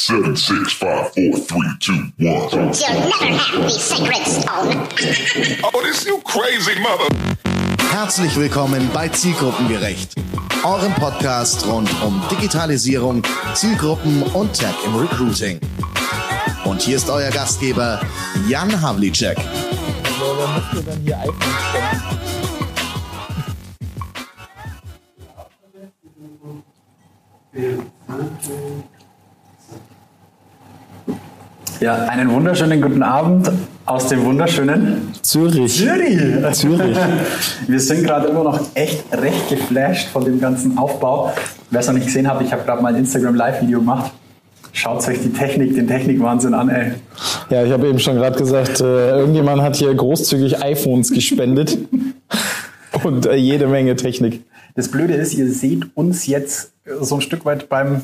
7, 6, 5, 4, 3, 2, 1. You'll never have the sacred stone. Oh, this you crazy mother. Herzlich willkommen bei Zielgruppengerecht, eurem Podcast rund um Digitalisierung, Zielgruppen und Tech im Recruiting. Und hier ist euer Gastgeber Jan Havlicek. Wer müsste denn hier iPhone spenden? Ja, einen wunderschönen guten Abend aus dem wunderschönen Zürich. Wir sind gerade immer noch echt recht geflasht von dem ganzen Aufbau. Wer es noch nicht gesehen hat, ich habe gerade mal ein Instagram-Live-Video gemacht. Schaut euch den Technikwahnsinn an, ey. Ja, ich habe eben schon gerade gesagt, irgendjemand hat hier großzügig iPhones gespendet und jede Menge Technik. Das Blöde ist, ihr seht uns jetzt so ein Stück weit beim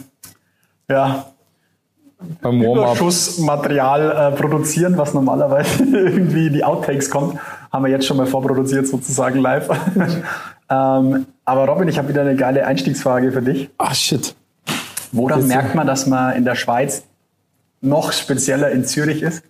Überschussmaterial produzieren, was normalerweise irgendwie in die Outtakes kommt, haben wir jetzt schon mal vorproduziert, sozusagen live. Aber Robin, ich habe wieder eine geile Einstiegsfrage für dich. Ah, shit. Woran merkt man, dass man in der Schweiz noch spezieller in Zürich ist?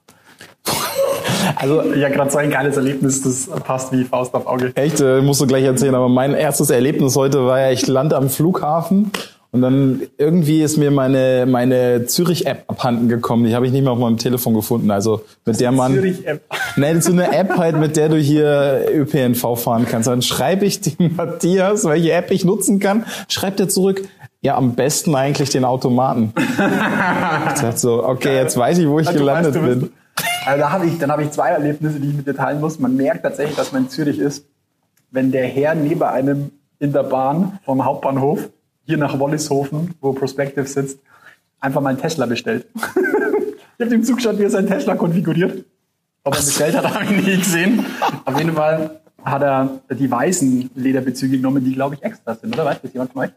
Also, ja, gerade so ein geiles Erlebnis, das passt wie Faust auf Auge. Echt, musst du gleich erzählen, aber mein erstes Erlebnis heute war ja, ich lande am Flughafen und dann irgendwie ist mir meine Zürich-App abhanden gekommen. Die habe ich nicht mehr auf meinem Telefon gefunden. Also mit der man... Zürich-App? Nein, das ist so eine App halt, mit der du hier ÖPNV fahren kannst. Dann schreibe ich dem Matthias, welche App ich nutzen kann. Schreibt er zurück, ja, am besten eigentlich den Automaten. Ich dachte so, okay, jetzt weiß ich, wo ich gelandet bin. Also dann habe ich zwei Erlebnisse, die ich mit dir teilen muss. Man merkt tatsächlich, dass man in Zürich ist, wenn der Herr neben einem in der Bahn vom Hauptbahnhof hier nach Wollishofen, wo Prospective sitzt, einfach mal einen Tesla bestellt. Ich habe ihm zugeschaut, wie er seinen Tesla konfiguriert. Ob er bestellt hat, habe ich nie gesehen. Auf jeden Fall hat er die weißen Lederbezüge genommen, die, glaube ich, extra sind. Oder weiß das jemand von euch?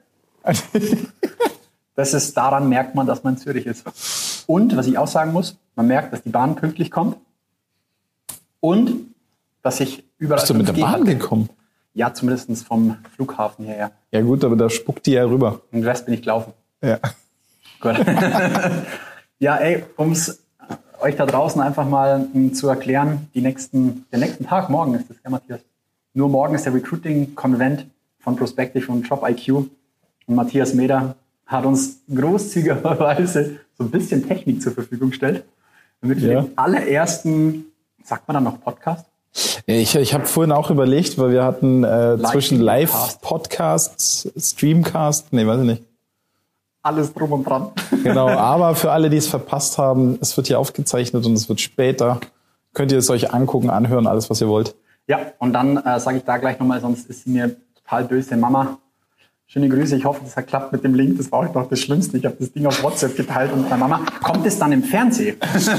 Daran merkt man, dass man in Zürich ist. Und, was ich auch sagen muss, man merkt, dass die Bahn pünktlich kommt und dass ich überall... Bist du mit der Bahn gekommen? Ja, zumindest vom Flughafen hierher. Ja gut, aber da spuckt die ja rüber. Und den Rest bin ich gelaufen. Ja. Gut. Ja, ey, um es euch da draußen einfach mal zu erklären, den nächsten Tag, morgen ist das, ja Matthias? Nur morgen ist der Recruiting-Konvent von Prospective und JobIQ. Und Matthias Meder hat uns großzügigerweise so ein bisschen Technik zur Verfügung gestellt, damit wir den allerersten, sagt man dann noch Podcast? Ich habe vorhin auch überlegt, weil wir hatten zwischen Live-Podcasts, Streamcast, weiß ich nicht. Alles drum und dran. Genau, aber für alle, die es verpasst haben, es wird hier aufgezeichnet und es wird später. Könnt ihr es euch angucken, anhören, alles, was ihr wollt. Ja, und dann sage ich da gleich nochmal, sonst ist sie mir total böse. Mama, schöne Grüße, ich hoffe, das hat klappt mit dem Link. Das war auch noch das Schlimmste. Ich habe das Ding auf WhatsApp geteilt und bei Mama, kommt es dann im Fernsehen?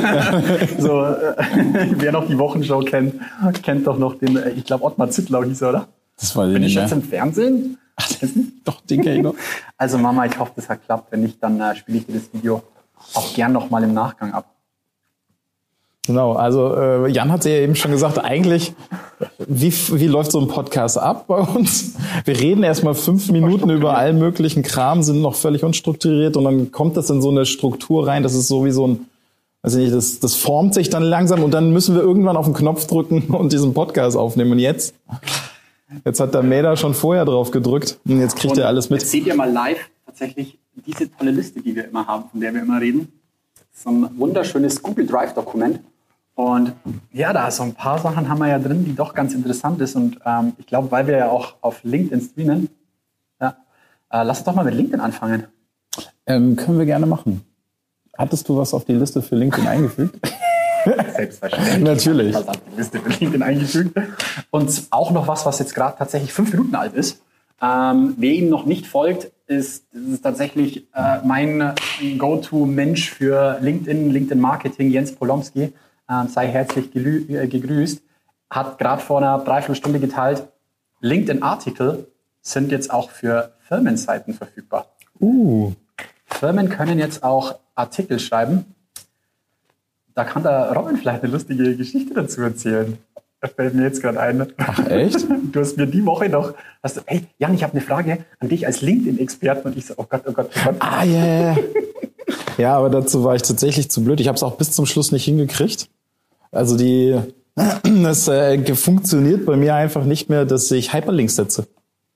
Wer noch die Wochenshow kennt doch noch den, ich glaube Ottmar Zittlau hieß er, oder? Das war Bin ich jetzt im Fernsehen? Ach, doch, den kenn ich noch. Also Mama, ich hoffe, das hat klappt. Wenn nicht, dann spiele ich dir das Video auch gern noch mal im Nachgang ab. Genau, also Jan hat ja eben schon gesagt, eigentlich, wie läuft so ein Podcast ab bei uns? Wir reden erstmal 5 Minuten über allen möglichen Kram, sind noch völlig unstrukturiert und dann kommt das in so eine Struktur rein, das ist so wie so ein, weiß ich nicht, das formt sich dann langsam und dann müssen wir irgendwann auf den Knopf drücken und diesen Podcast aufnehmen. Und jetzt hat der Mäder schon vorher drauf gedrückt und jetzt kriegt er alles mit. Jetzt seht ihr mal live tatsächlich diese tolle Liste, die wir immer haben, von der wir immer reden. So ein wunderschönes Google Drive-Dokument. Und ja, da so ein paar Sachen haben wir ja drin, die doch ganz interessant ist. Und ich glaube, weil wir ja auch auf LinkedIn streamen, lass uns doch mal mit LinkedIn anfangen. Können wir gerne machen. Hattest du was auf die Liste für LinkedIn eingefügt? Selbstverständlich. Natürlich. Was auf die Liste für LinkedIn eingefügt. Und auch noch was jetzt gerade tatsächlich 5 Minuten alt ist. Wer ihm noch nicht folgt, ist tatsächlich mein Go-To-Mensch für LinkedIn-Marketing, Jens Polomski. Sei herzlich gegrüßt, hat gerade vor einer Dreiviertelstunde geteilt, LinkedIn-Artikel sind jetzt auch für Firmenseiten verfügbar. Firmen können jetzt auch Artikel schreiben. Da kann der Robin vielleicht eine lustige Geschichte dazu erzählen. Das fällt mir jetzt gerade ein. Ach, echt? Du hast mir die Woche noch, hey Jan, ich habe eine Frage an dich als LinkedIn-Experten und ich so, oh Gott. Ah, ja. Yeah. Ja, aber dazu war ich tatsächlich zu blöd. Ich habe es auch bis zum Schluss nicht hingekriegt. Also das funktioniert bei mir einfach nicht mehr, dass ich Hyperlinks setze.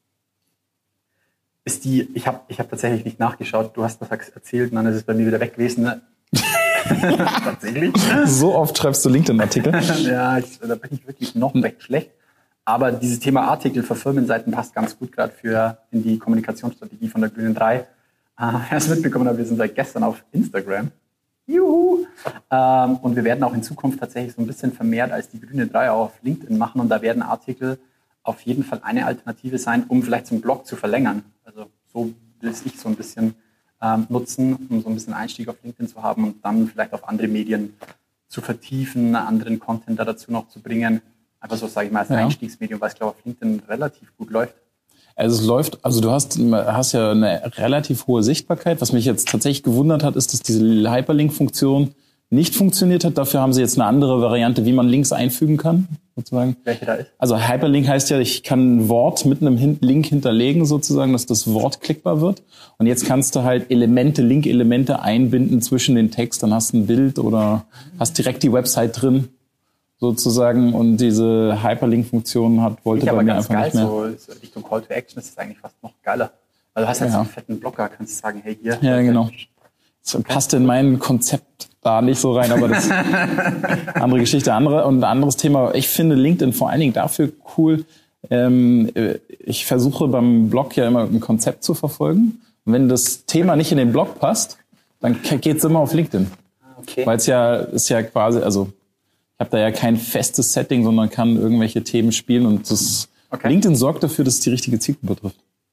Ich hab tatsächlich nicht nachgeschaut. Du hast was erzählt und dann ist es bei mir wieder weg gewesen. Ne? Tatsächlich. So oft schreibst du LinkedIn-Artikel. Ja, da bin ich wirklich noch recht schlecht. Aber dieses Thema Artikel für Firmenseiten passt ganz gut gerade in die Kommunikationsstrategie von der Grünen 3. Erst mitbekommen habe, wir sind seit gestern auf Instagram. Juhu! Und wir werden auch in Zukunft tatsächlich so ein bisschen vermehrt als die Grüne 3 auch auf LinkedIn machen. Und da werden Artikel auf jeden Fall eine Alternative sein, um vielleicht so einen Blog zu verlängern. Also so will es ich so ein bisschen nutzen, um so ein bisschen Einstieg auf LinkedIn zu haben und dann vielleicht auf andere Medien zu vertiefen, anderen Content da dazu noch zu bringen. Einfach so, sage ich mal, als Einstiegsmedium, weil es, glaube ich, auf LinkedIn relativ gut läuft. Also es läuft, also du hast ja eine relativ hohe Sichtbarkeit. Was mich jetzt tatsächlich gewundert hat, ist, dass diese Hyperlink-Funktion nicht funktioniert hat. Dafür haben sie jetzt eine andere Variante, wie man Links einfügen kann, sozusagen. Welche da ist? Also Hyperlink heißt ja, ich kann ein Wort mit einem Link hinterlegen, sozusagen, dass das Wort klickbar wird. Und jetzt kannst du halt Link-Elemente einbinden zwischen den Text. Dann hast du ein Bild oder hast direkt die Website drin, sozusagen. Und diese Hyperlink-Funktion wollte bei mir einfach nicht mehr. So Richtung Call to Action ist es eigentlich fast noch geiler. Weil du hast halt so einen fetten Blocker, kannst du sagen, hey, hier. Ja, genau. Das passt in mein Konzept da nicht so rein, aber das ist andere Geschichte. Und ein anderes Thema. Ich finde LinkedIn vor allen Dingen dafür cool. Ich versuche beim Blog ja immer ein Konzept zu verfolgen. Und wenn das Thema nicht in den Blog passt, dann geht's immer auf LinkedIn. Okay. Weil ist ja quasi, also ich habe da ja kein festes Setting, sondern kann irgendwelche Themen spielen und LinkedIn sorgt dafür, dass es die richtige Zielgruppe trifft.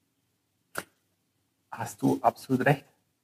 Hast du absolut recht.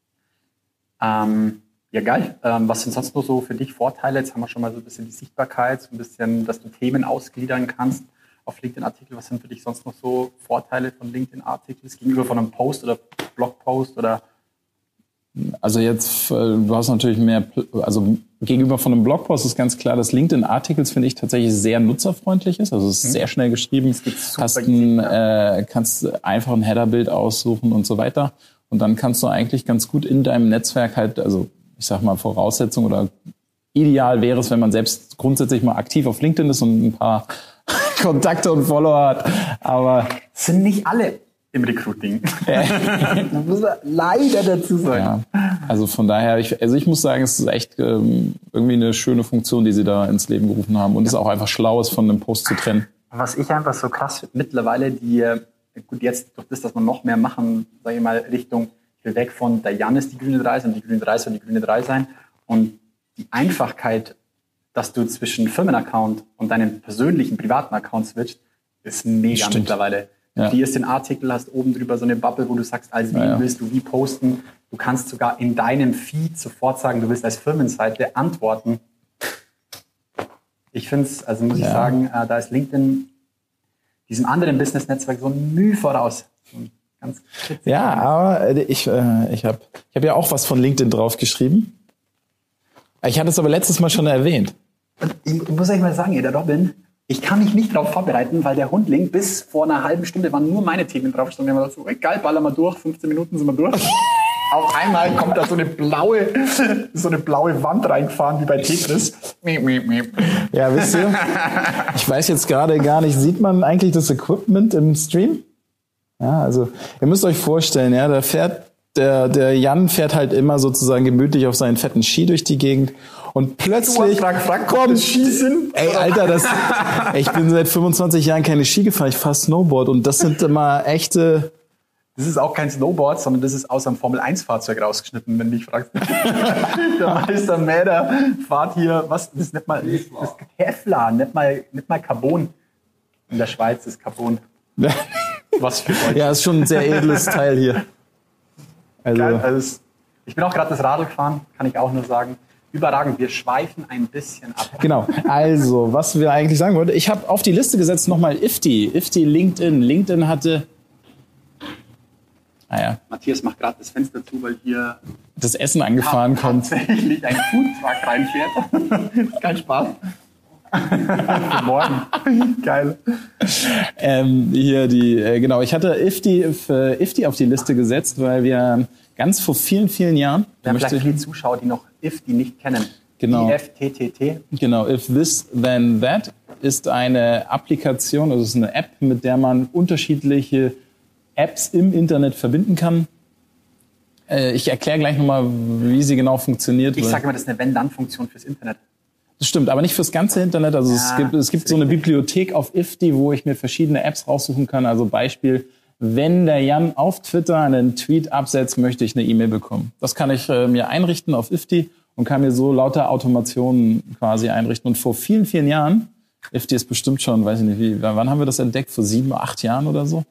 Ja, geil. Was sind sonst noch so für dich Vorteile? Jetzt haben wir schon mal so ein bisschen die Sichtbarkeit, so ein bisschen, dass du Themen ausgliedern kannst auf LinkedIn-Artikel. Was sind für dich sonst noch so Vorteile von LinkedIn-Artikeln gegenüber von einem Post oder Blogpost oder? Also jetzt, du hast natürlich mehr, also gegenüber von einem Blogpost ist ganz klar, dass LinkedIn-Artikels, finde ich, tatsächlich sehr nutzerfreundlich ist. Also es ist sehr schnell geschrieben. Es gibt kannst einfach ein Headerbild aussuchen und so weiter. Und dann kannst du eigentlich ganz gut in deinem Netzwerk halt, also ich sag mal Voraussetzung oder ideal wäre es, wenn man selbst grundsätzlich mal aktiv auf LinkedIn ist und ein paar Kontakte und Follower hat. Aber sind nicht alle im Recruiting. Das muss man leider dazu sagen. Ja, also von daher, ich muss sagen, es ist echt irgendwie eine schöne Funktion, die sie da ins Leben gerufen haben. Und es ist auch einfach schlau, es von einem Post zu trennen. Was ich einfach so krass finde, mittlerweile gut, jetzt durch das, dass wir noch mehr machen, sage ich mal, Richtung, ich will weg von der Jan ist die Grüne 3 und die Grüne 3 soll die Grüne 3 sein. Und die Einfachkeit, dass du zwischen Firmenaccount und deinem persönlichen, privaten Account switcht, ist mega mittlerweile. Du kriegst den Artikel, hast oben drüber so eine Bubble, wo du sagst, als wen willst du wie posten. Du kannst sogar in deinem Feed sofort sagen, du willst als Firmenseite antworten. Ich finde es, also muss ich sagen, da ist LinkedIn diesem anderen Business-Netzwerk so ein Mühe voraus. Ganz ja, aber ich hab ja auch was von LinkedIn draufgeschrieben. Ich hatte es aber letztes Mal schon erwähnt. Und ich muss euch mal sagen, der Robin, ich kann mich nicht darauf vorbereiten, weil der Hundlink bis vor einer halben Stunde waren nur meine Themen draufgestanden. Wir haben gesagt, so, geil, ballern wir durch, 15 Minuten sind wir durch. Auf einmal kommt da so eine blaue Wand reingefahren, wie bei Tetris. Ja, wisst ihr, ich weiß jetzt gerade gar nicht, sieht man eigentlich das Equipment im Stream? Ja, also ihr müsst euch vorstellen, ja, der Jan fährt halt immer sozusagen gemütlich auf seinen fetten Ski durch die Gegend und plötzlich kommt Skisinn. Ey, Alter, ich bin seit 25 Jahren keine Ski gefahren, ich fahre Snowboard und das sind immer echte. Das ist auch kein Snowboard, sondern das ist aus einem Formel-1-Fahrzeug rausgeschnitten, wenn du mich fragst. Der Meister Mäder fährt hier, was, das ist nicht mal, das ist Kevlar, nicht mal Carbon. In der Schweiz ist Carbon. Was für euch. Ja, ist schon ein sehr edles Teil hier. Also ich bin auch gerade das Radl gefahren, kann ich auch nur sagen. Überragend, wir schweifen ein bisschen ab. Genau, also, was wir eigentlich sagen wollten, ich habe auf die Liste gesetzt nochmal Ifti LinkedIn. LinkedIn hatte... Matthias macht gerade das Fenster zu, weil hier das Essen angefahren kommt. Tatsächlich ein Foodtruck reinfährt. Kein Spaß. Für morgen. Geil. Genau, ich hatte Ifty auf die Liste gesetzt, weil wir ganz vor vielen, vielen Jahren... Wir haben vielleicht viele Zuschauer, die noch Ifty nicht kennen. Genau. IFTTT. Genau, If This Then That ist eine Applikation, also es ist eine App, mit der man unterschiedliche Apps im Internet verbinden kann. Ich erkläre gleich nochmal, wie sie genau funktioniert. Ich sage immer, das ist eine Wenn-Dann-Funktion fürs Internet. Das stimmt, aber nicht fürs ganze Internet. Also es gibt so eine Bibliothek auf Ifty, wo ich mir verschiedene Apps raussuchen kann. Also Beispiel, wenn der Jan auf Twitter einen Tweet absetzt, möchte ich eine E-Mail bekommen. Das kann ich mir einrichten auf Ifty und kann mir so lauter Automationen quasi einrichten. Und vor vielen, vielen Jahren, Ifty ist bestimmt schon, weiß ich nicht, wann haben wir das entdeckt? Vor 7, 8 Jahren oder so?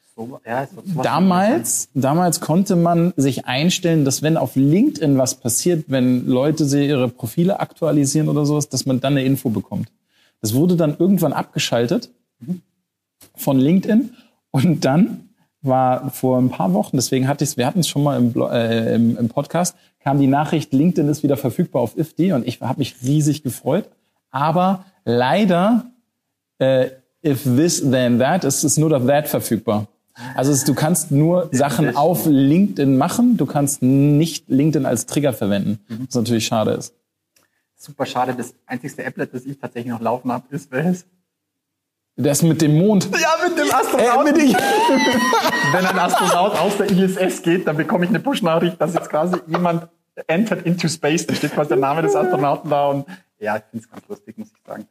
Damals konnte man sich einstellen, dass wenn auf LinkedIn was passiert, wenn Leute ihre Profile aktualisieren oder sowas, dass man dann eine Info bekommt. Das wurde dann irgendwann abgeschaltet von LinkedIn und dann war vor ein paar Wochen, deswegen wir hatten es schon mal im Podcast, kam die Nachricht, LinkedIn ist wieder verfügbar auf Ifty und ich habe mich riesig gefreut. Aber leider, if this then that, ist nur das That verfügbar. Also du kannst nur Sachen auf LinkedIn machen, du kannst nicht LinkedIn als Trigger verwenden, was natürlich schade ist. Super schade. Das einzigste Applet, das ich tatsächlich noch laufen habe, ist welches? Das mit dem Mond. Ja, mit dem Astronauten. Wenn ein Astronaut aus der ISS geht, dann bekomme ich eine Push-Nachricht, dass jetzt quasi jemand entered into space. Da steht quasi der Name des Astronauten da und ja, ich finde es ganz lustig, muss ich sagen.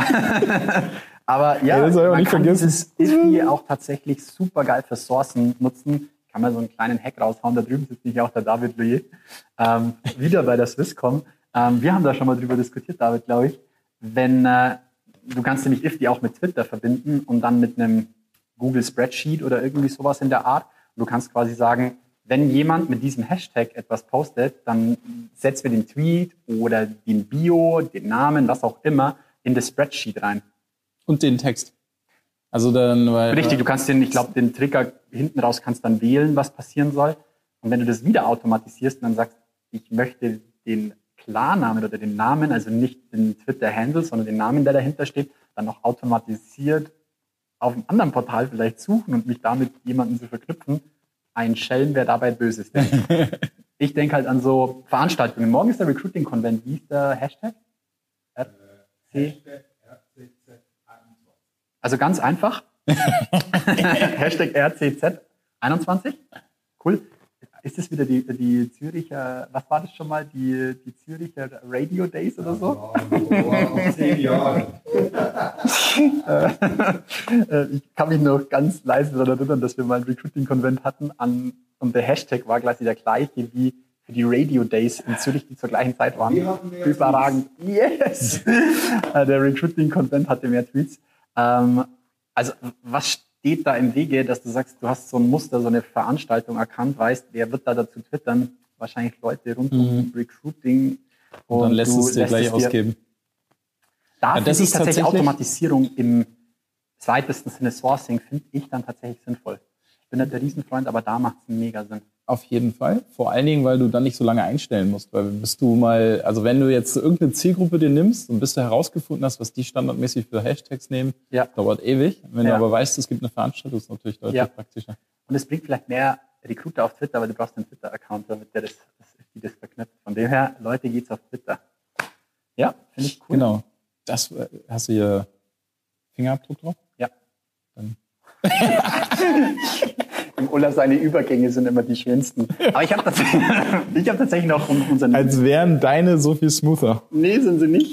Aber ja, man kann dieses Ifty auch tatsächlich super geil für Sourcen nutzen. Ich kann mal so einen kleinen Hack raushauen. Da drüben sitzt nicht auch der David Louis. Wieder bei der Swisscom. Wir haben da schon mal drüber diskutiert, David, glaube ich. Du kannst nämlich Ifty auch mit Twitter verbinden und dann mit einem Google Spreadsheet oder irgendwie sowas in der Art. Und du kannst quasi sagen, wenn jemand mit diesem Hashtag etwas postet, dann setzen wir den Tweet oder den Bio, den Namen, was auch immer, in das Spreadsheet rein. Und den Text. Also dann, Richtig, du kannst den Trigger hinten raus kannst dann wählen, was passieren soll. Und wenn du das wieder automatisierst und dann sagst, ich möchte den Klarnamen oder den Namen, also nicht den Twitter-Handle, sondern den Namen, der dahinter steht, dann noch automatisiert auf einem anderen Portal vielleicht suchen und mich damit jemanden zu verknüpfen, ein Schelm, wer dabei Böses denkt. Ich denke halt an so Veranstaltungen. Morgen ist der Recruiting-Konvent. Wie ist der Hashtag? RCZ21. Also ganz einfach. Hashtag RCZ21. Cool. Ist das wieder die Züricher, was war das schon mal? Die Züricher Radio Days oder so? Vor 10 Jahren. Ich kann mich noch ganz leise daran erinnern, dass wir mal einen Recruiting-Konvent hatten und der Hashtag war quasi der gleiche wie für die Radio Days in Zürich, die zur gleichen Zeit waren. Überragend. Yes! Der Recruiting-Konvent hatte mehr Tweets. Also was steht da im Wege, dass du sagst, du hast so ein Muster, so eine Veranstaltung erkannt, weißt, wer wird da dazu twittern? Wahrscheinlich Leute rund um Recruiting. Und dann lässt es dir gleich ausgeben. Da finde ich tatsächlich Automatisierung im weitesten Sinne Sourcing, finde ich dann tatsächlich sinnvoll. Ich bin nicht der Riesenfreund, aber da macht es mega Sinn. Auf jeden Fall. Vor allen Dingen, weil du dann nicht so lange einstellen musst. Weil also wenn du jetzt irgendeine Zielgruppe dir nimmst und bis du herausgefunden hast, was die standardmäßig für Hashtags nehmen, dauert ewig. Wenn du aber weißt, es gibt eine Veranstaltung, ist es natürlich deutlich praktischer. Und es bringt vielleicht mehr Recruiter auf Twitter, aber du brauchst einen Twitter-Account, damit der das verknüpft. Von dem her, Leute, geht's auf Twitter. Ja, finde ich cool. Genau. Das, hast du hier Fingerabdruck drauf? Ja. Dann. Im Ulla seine Übergänge sind immer die schönsten. Aber ich habe tatsächlich noch unseren... Als wären deine so viel smoother. Nee, sind sie nicht.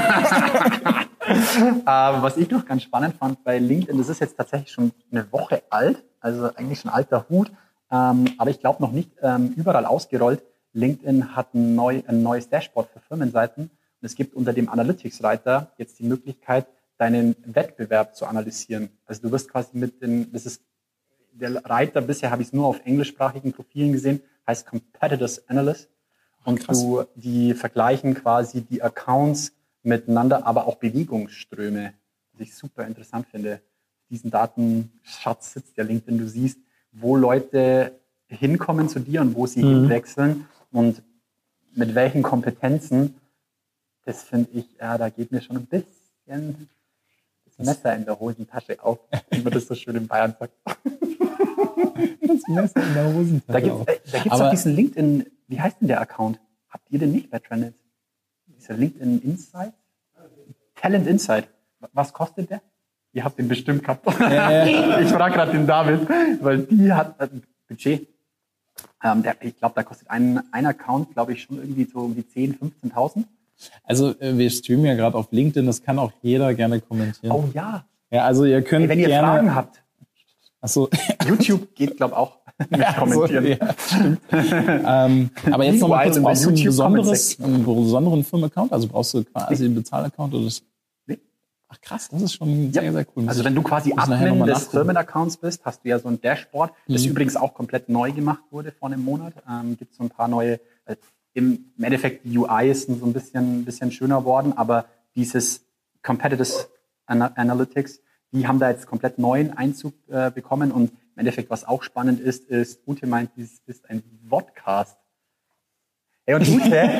Was ich noch ganz spannend fand bei LinkedIn, das ist jetzt tatsächlich schon eine Woche alt, also eigentlich schon alter Hut, aber ich glaube noch nicht überall ausgerollt. LinkedIn hat ein neues Dashboard für Firmenseiten und es gibt unter dem Analytics-Reiter jetzt die Möglichkeit, deinen Wettbewerb zu analysieren. Also du wirst quasi das ist der Reiter, bisher habe ich es nur auf englischsprachigen Profilen gesehen, heißt Competitors Analyst. Und die vergleichen quasi die Accounts miteinander, aber auch Bewegungsströme, was ich super interessant finde. Diesen Datenschatz sitzt ja LinkedIn, du siehst, wo Leute hinkommen zu dir und wo sie hinwechseln und mit welchen Kompetenzen. Das finde ich, da geht mir schon ein bisschen das Messer in der Hosentasche auf, wie man das so schön in Bayern sagt. Das Messer in der Hosentasche. Da gibt's doch diesen LinkedIn, wie heißt denn der Account? Habt ihr den nicht bei Trended? Dieser LinkedIn Insight? Talent Insight. Was kostet der? Ihr habt den bestimmt gehabt. Ich frage gerade den David, weil die hat ein Budget. Ich glaube, da kostet ein Account, glaube ich, schon irgendwie so um die 10.000, 15.000. Also wir streamen ja gerade auf LinkedIn, das kann auch jeder gerne kommentieren. Oh ja. Ja, also ihr könnt Wenn ihr gerne Fragen habt. Achso. YouTube geht, glaube ich, auch mit kommentieren. Ja, stimmt. Aber jetzt nochmal kurz, brauchst du einen besonderen Firmenaccount? Also brauchst du quasi einen Bezahlaccount? Oder das? Nee. Ach krass, das ist schon sehr, sehr cool. Also wenn du quasi Admin des Firmenaccounts bist, hast du ja so ein Dashboard, das übrigens auch komplett neu gemacht wurde vor einem Monat. Gibt so ein paar neue, im Endeffekt die UI ist so ein bisschen schöner worden, aber dieses Competitive Analytics, die haben da jetzt komplett neuen Einzug bekommen und im Endeffekt, was auch spannend ist, Ute meint, dies ist ein Vodcast. Hey, und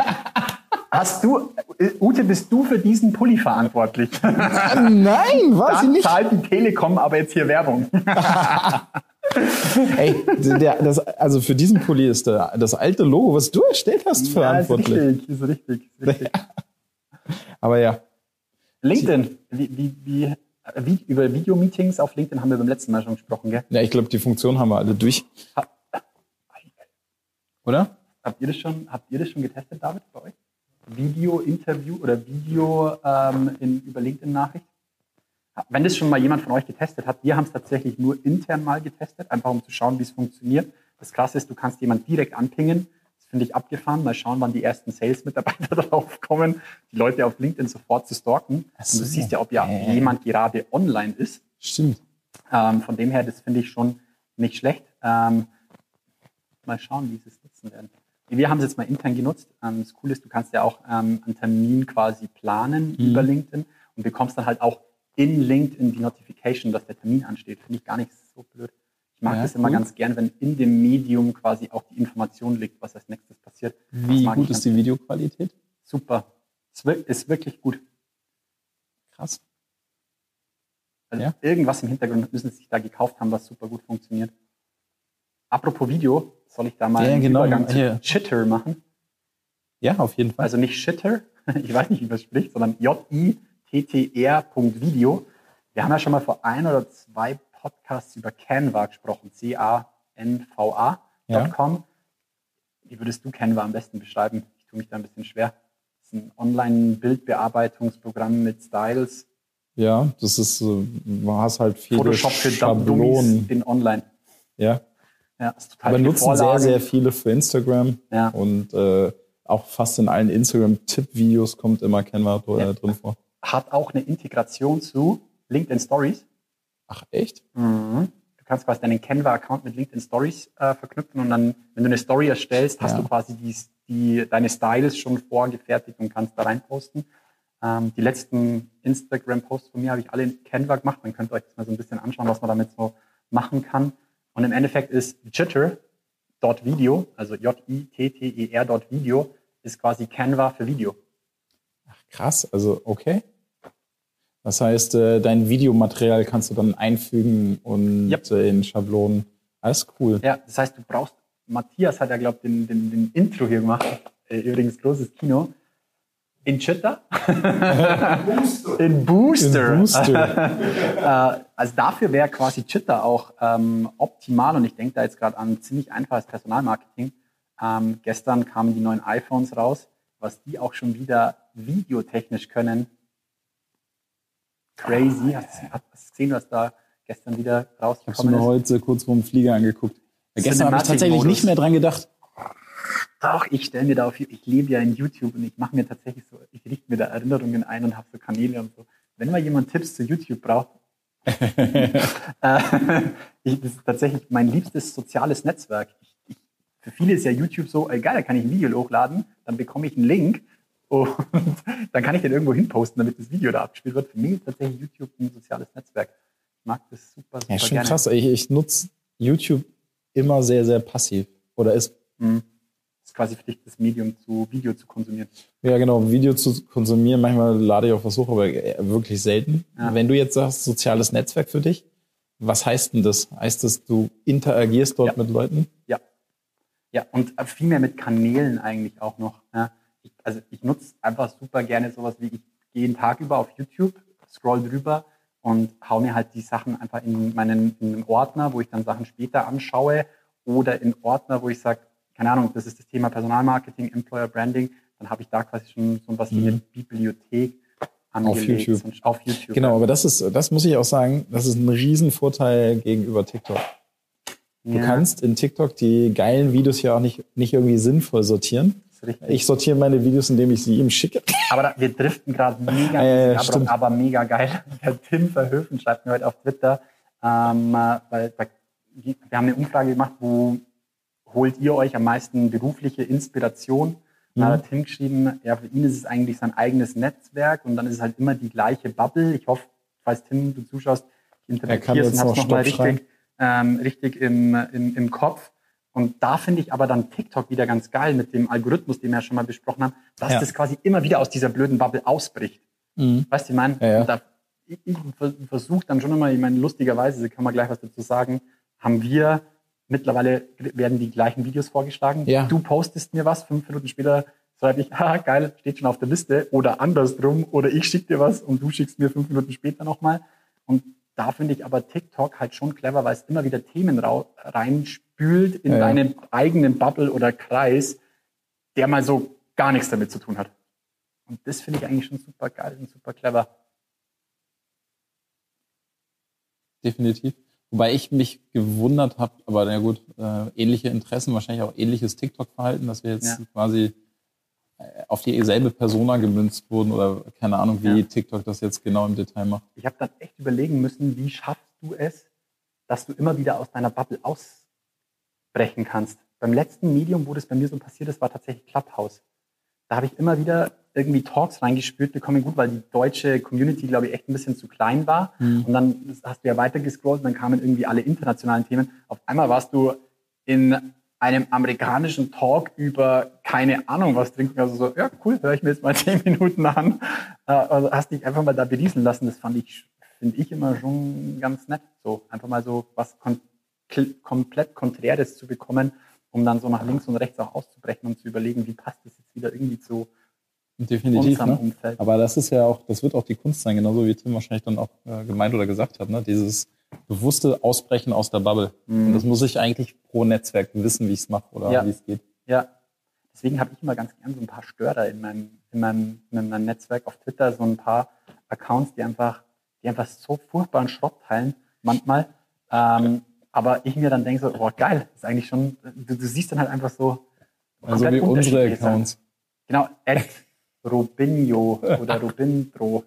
Ute, bist du für diesen Pulli verantwortlich? Nein, was Da nicht? zahlt die Telekom aber jetzt hier Werbung. Ey, also für diesen Pulli ist das alte Logo, was du erstellt hast, verantwortlich. Ist richtig. Aber ja. LinkedIn, wie über Videomeetings auf LinkedIn haben wir beim letzten Mal schon gesprochen, gell? Ja, ich glaube, die Funktion haben wir alle durch. Oder? Habt ihr das schon getestet, David, bei euch? Video-Interview oder Video über LinkedIn-Nachricht? Wenn das schon mal jemand von euch getestet hat, wir haben es tatsächlich nur intern mal getestet, einfach um zu schauen, wie es funktioniert. Das Krasse ist, du kannst jemanden direkt anpingen. Das finde ich abgefahren. Mal schauen, wann die ersten Sales-Mitarbeiter drauf kommen, die Leute auf LinkedIn sofort zu stalken. So. Und du siehst ja, ob jemand gerade online ist. Stimmt. Von dem her, das finde ich schon nicht schlecht. Mal schauen, wie sie es nutzen werden. Wir haben es jetzt mal intern genutzt. Das Coole ist, du kannst ja auch einen Termin quasi planen über LinkedIn und bekommst dann halt auch in LinkedIn die Notification, dass der Termin ansteht. Finde ich gar nicht so blöd. Ich mag das immer ganz gern, wenn in dem Medium quasi auch die Information liegt, was als nächstes passiert. Wie gut ist die Videoqualität? Super. Es ist wirklich gut. Krass. Also irgendwas im Hintergrund müssen sie sich da gekauft haben, was super gut funktioniert. Apropos Video, soll ich da mal einen Übergang zu Chitter machen? Ja, auf jeden Fall. Also nicht Shitter, ich weiß nicht, wie man es spricht, sondern jittr.video. Wir haben ja schon mal vor 1 oder 2 Podcasts über Canva gesprochen, canva.com. Wie würdest du Canva am besten beschreiben? Ich tue mich da ein bisschen schwer. Das ist ein Online-Bildbearbeitungsprogramm mit Styles. Ja, das ist, du hast halt viele Photoshop für Schablonen in Online. Ja. Ja, ist total aber viele nutzen Vorlagen. sehr, sehr viele für Instagram. Ja. Und auch fast in allen Instagram-Tipp-Videos kommt immer Canva drin vor. Hat auch eine Integration zu LinkedIn Stories. Ach, echt? Du kannst quasi deinen Canva-Account mit LinkedIn Stories verknüpfen und dann, wenn du eine Story erstellst, hast du quasi deine Styles schon vorgefertigt und kannst da reinposten. Die letzten Instagram-Posts von mir habe ich alle in Canva gemacht. Dann könnt ihr euch das mal so ein bisschen anschauen, was man damit so machen kann. Und im Endeffekt ist Jitter.video, also JITTER.video, ist quasi Canva für Video. Ach, krass. Also, okay. Das heißt, dein Videomaterial kannst du dann einfügen und in Schablonen. Alles cool. Ja, das heißt, du brauchst, Matthias hat ja, glaube ich, den Intro hier gemacht. Übrigens großes Kino. In Jitter? In Booster. Also dafür wäre quasi Jitter auch optimal und ich denke da jetzt gerade an ziemlich einfaches Personalmarketing. Gestern kamen die neuen iPhones raus, was die auch schon wieder videotechnisch können. Crazy. Hast du gesehen, was da gestern wieder rausgekommen ist? Ich habe mir heute kurz vor dem Flieger angeguckt. Gestern habe ich tatsächlich nicht mehr dran gedacht. Doch, ich stelle mir da ich lebe ja in YouTube und ich mache mir tatsächlich so, ich richte mir da Erinnerungen ein und habe so Kanäle und so. Wenn mal jemand Tipps zu YouTube braucht, das ist tatsächlich mein liebstes soziales Netzwerk. Für viele ist ja YouTube so, egal, da kann ich ein Video hochladen, dann bekomme ich einen Link und dann kann ich den irgendwo hinposten, damit das Video da abgespielt wird. Für mich ist tatsächlich YouTube ein soziales Netzwerk. Ich mag das super Ja, schon gerne. krass. Ich nutze YouTube immer sehr, sehr passiv. Oder ist ist quasi für dich das Medium Video zu konsumieren. Ja, genau, Video zu konsumieren. Manchmal lade ich auf was hoch, aber wirklich selten. Ja. Wenn du jetzt sagst, soziales Netzwerk für dich, was heißt denn das? Heißt das, du interagierst dort mit Leuten? Ja. Ja, und viel mehr mit Kanälen eigentlich auch noch. Ja. Ich nutze einfach super gerne sowas wie, ich gehe jeden Tag über auf YouTube, scroll drüber und hau mir halt die Sachen einfach in einen Ordner, wo ich dann Sachen später anschaue, oder in Ordner, wo ich sage, keine Ahnung, das ist das Thema Personalmarketing, Employer Branding, dann habe ich da quasi schon so was wie eine Bibliothek angelegt. Auf YouTube. Genau, aber das muss ich auch sagen, das ist ein Riesenvorteil gegenüber TikTok. Du kannst in TikTok die geilen Videos ja auch nicht irgendwie sinnvoll sortieren. Ich sortiere meine Videos, indem ich sie ihm schicke. Aber wir driften gerade mega, aber mega geil. Der Tim Verhöfen schreibt mir heute auf Twitter, weil wir haben eine Umfrage gemacht, wo holt ihr euch am meisten berufliche Inspiration? Da hat Tim geschrieben, ja, für ihn ist es eigentlich sein eigenes Netzwerk und dann ist es halt immer die gleiche Bubble. Ich hoffe, falls Tim, du zuschaust, interpretierst und hast nochmal richtig im Kopf. Und da finde ich aber dann TikTok wieder ganz geil mit dem Algorithmus, den wir ja schon mal besprochen haben, dass das quasi immer wieder aus dieser blöden Bubble ausbricht. Weißt du, ich meine, ich versuche dann schon immer, ich meine, lustigerweise, kann man gleich was dazu sagen, mittlerweile werden die gleichen Videos vorgeschlagen. Ja. Du postest mir was, 5 Minuten später schreibe ich, geil, steht schon auf der Liste, oder andersrum, oder ich schicke dir was und du schickst mir 5 Minuten später nochmal. Und da finde ich aber TikTok halt schon clever, weil es immer wieder Themen reinspült in deinen eigenen Bubble oder Kreis, der mal so gar nichts damit zu tun hat. Und das finde ich eigentlich schon super geil und super clever. Definitiv. Wobei ich mich gewundert habe, aber na gut, ähnliche Interessen, wahrscheinlich auch ähnliches TikTok-Verhalten, dass wir jetzt quasi auf dieselbe Persona gemünzt wurden oder keine Ahnung, wie TikTok das jetzt genau im Detail macht. Ich habe dann echt überlegen müssen, wie schaffst du es, dass du immer wieder aus deiner Bubble ausbrechen kannst. Beim letzten Medium, wo das bei mir so passiert ist, war tatsächlich Clubhouse. Da habe ich immer wieder irgendwie Talks reingespült bekommen, gut, weil die deutsche Community, glaube ich, echt ein bisschen zu klein war. Und dann hast du ja weiter gescrollt und dann kamen irgendwie alle internationalen Themen. Auf einmal warst du in einem amerikanischen Talk über keine Ahnung was trinken. Also so, ja cool, höre ich mir jetzt mal 10 Minuten an. Also hast dich einfach mal da berieseln lassen. Das finde ich immer schon ganz nett. So einfach mal so was komplett Konträres zu bekommen, um dann so nach links und rechts auch auszubrechen und zu überlegen, wie passt das jetzt wieder irgendwie zu unserem Umfeld. Aber das ist ja auch, das wird auch die Kunst sein, genauso wie Tim wahrscheinlich dann auch gemeint oder gesagt hat, ne? Dieses bewusste Ausbrechen aus der Bubble. Und das muss ich eigentlich pro Netzwerk wissen, wie ich es mache oder wie es geht. Ja, deswegen habe ich immer ganz gern so ein paar Störer in meinem Netzwerk auf Twitter, so ein paar Accounts, die einfach so furchtbaren Schrott teilen manchmal. Aber ich mir dann denke so, geil, ist eigentlich schon, du siehst dann halt einfach so. Also wie unsere Accounts. Genau, @Robinho oder Robindro.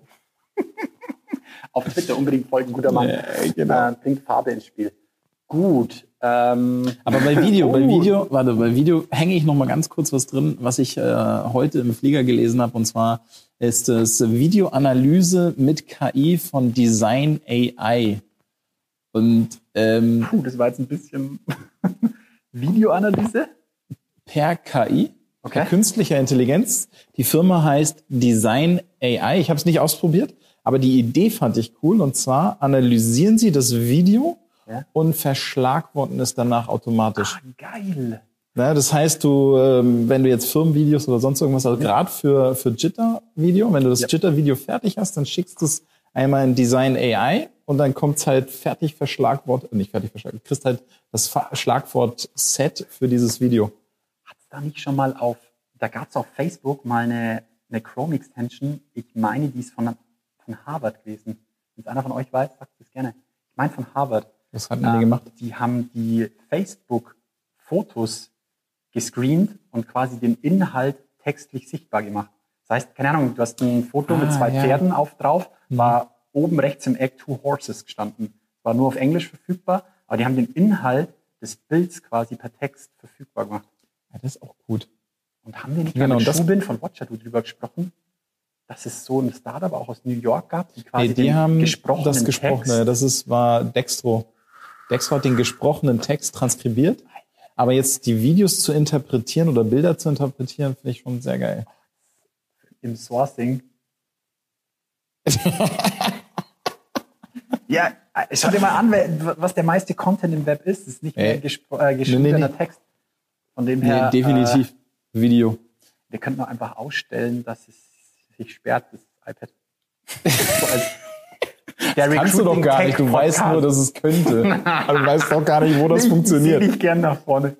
Auf Twitter unbedingt folgen, guter Mann. Bringt Farbe ins Spiel. Gut. Aber bei Video hänge ich noch mal ganz kurz was drin, was ich heute im Flieger gelesen habe. Und zwar ist es Videoanalyse mit KI von Design AI. Und das war jetzt ein bisschen Videoanalyse? Per KI, per künstlicher Intelligenz. Die Firma heißt Design AI. Ich habe es nicht ausprobiert, aber die Idee fand ich cool. Und zwar analysieren sie das Video und verschlagworten es danach automatisch. Geil. Ja, das heißt, wenn du jetzt Firmenvideos oder sonst irgendwas, also gerade für Jitter-Video, wenn du das Jitter-Video fertig hast, dann schickst du es einmal in Design AI und dann kommt's halt fertig verschlagwortet, du kriegst halt das Schlagwort-Set für dieses Video. Hat's da nicht schon mal da gab's auf Facebook mal eine Chrome-Extension, ich meine, die ist von Harvard gewesen. Wenn es einer von euch weiß, sagt es gerne. Ich meine von Harvard. Was hatten die gemacht? Die haben die Facebook-Fotos gescreent und quasi den Inhalt textlich sichtbar gemacht. Das heißt, keine Ahnung, du hast ein Foto mit 2 Pferden drauf, war oben rechts im Eck 2 Horses gestanden. War nur auf Englisch verfügbar, aber die haben den Inhalt des Bilds quasi per Text verfügbar gemacht. Ja, das ist auch gut. Und haben wir nicht mit Schubin von Watchado drüber gesprochen, dass es so ein Startup auch aus New York gab, die quasi den gesprochenen Text... war Dextro. Dextro hat den gesprochenen Text transkribiert, Aber jetzt die Videos zu interpretieren oder Bilder zu interpretieren, finde ich schon sehr geil. Im Sourcing. Ja, schau dir mal an, was der meiste Content im Web ist. Das ist nicht mehr geschriebener Text. Von dem her. Nee, definitiv Video. Wir könnten auch einfach ausstellen, dass es sich sperrt, das iPad. So als das kannst du doch gar nicht. Du weißt nur, dass es könnte. Aber du weißt doch gar nicht, wo das funktioniert. Ich sehe dich gern nach vorne.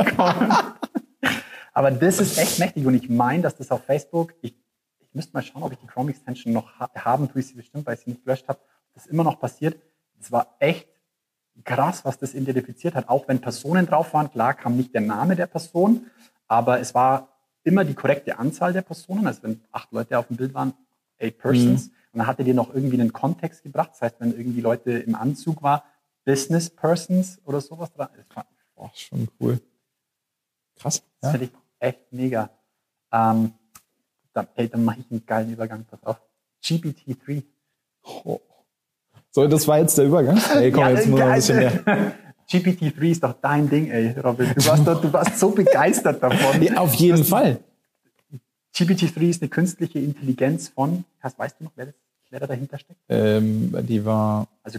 Aber das ist echt mächtig. Und ich meine, dass das auf Facebook, ich müsste mal schauen, ob ich die Chrome Extension noch haben, tue ich sie bestimmt, weil ich sie nicht gelöscht habe. Das ist immer noch passiert. Es war echt krass, was das identifiziert hat. Auch wenn Personen drauf waren, klar kam nicht der Name der Person, aber es war immer die korrekte Anzahl der Personen. Also wenn 8 Leute auf dem Bild waren, 8 Persons. Und dann hat er dir noch irgendwie einen Kontext gebracht. Das heißt, wenn irgendwie Leute im Anzug war, Business Persons oder sowas dran. Das war schon cool. Krass. Das finde ich echt mega. Dann mache ich einen geilen Übergang. Pass auf. GPT-3. Oh. So, das war jetzt der Übergang? Ey, komm, jetzt muss noch ein bisschen mehr. GPT-3 ist doch dein Ding, ey, Robin. Du warst so begeistert davon. Ja, auf jeden Fall. GPT-3 ist eine künstliche Intelligenz von, weißt du noch, wer da dahinter steckt? Die war... Also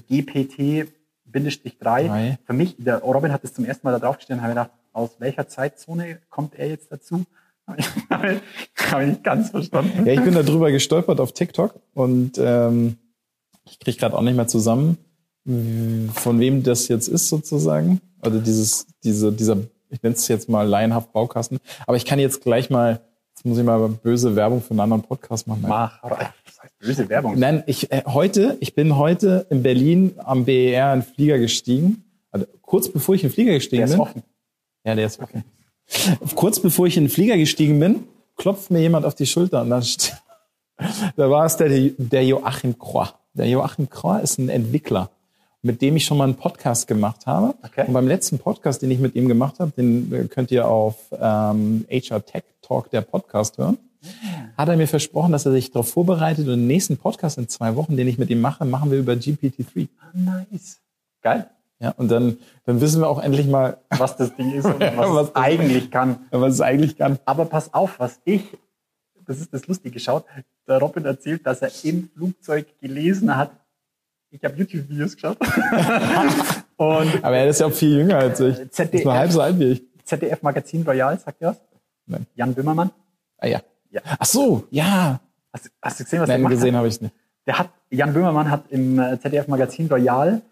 GPT-3. Für mich, der Robin hat das zum ersten Mal da draufgestellt und habe gedacht, aus welcher Zeitzone kommt er jetzt dazu? Habe ich nicht ganz verstanden. Ja, ich bin da drüber gestolpert auf TikTok und ich kriege gerade auch nicht mehr zusammen, von wem das jetzt ist sozusagen. Also dieser, ich nenne es jetzt mal laienhaft Baukasten. Aber ich kann jetzt gleich mal, jetzt muss ich mal böse Werbung für einen anderen Podcast machen. Das heißt böse Werbung? Nein, ich bin heute in Berlin am BER in den Flieger gestiegen. Also kurz bevor ich in den Flieger gestiegen bin. Der ist offen. Ja, der ist offen. Kurz bevor ich in den Flieger gestiegen bin, klopft mir jemand auf die Schulter und da war es der Joachim Kroh. Der Joachim Kroh ist ein Entwickler, mit dem ich schon mal einen Podcast gemacht habe. Okay. Und beim letzten Podcast, den ich mit ihm gemacht habe, den könnt ihr auf HR Tech Talk, der Podcast, hören, hat er mir versprochen, dass er sich darauf vorbereitet und den nächsten Podcast in 2 Wochen, den ich mit ihm mache, machen wir über GPT-3. Nice. Geil. Ja, und dann wissen wir auch endlich mal, was das Ding ist und was es eigentlich kann. Was es eigentlich kann. Aber pass auf, das ist das Lustige, schaut, der Robin erzählt, dass er im Flugzeug gelesen hat. Ich habe YouTube-Videos geschaut. Aber er ist ja auch viel jünger als ich. ZDF, ist nur halb so alt wie ich. ZDF Magazin Royal, sagt ihr was? Nein. Jan Böhmermann? Ah ja. Ach so, ja. Hast du gesehen, was der macht? Nein, gesehen habe ich es nicht. Jan Böhmermann hat im ZDF Magazin Royal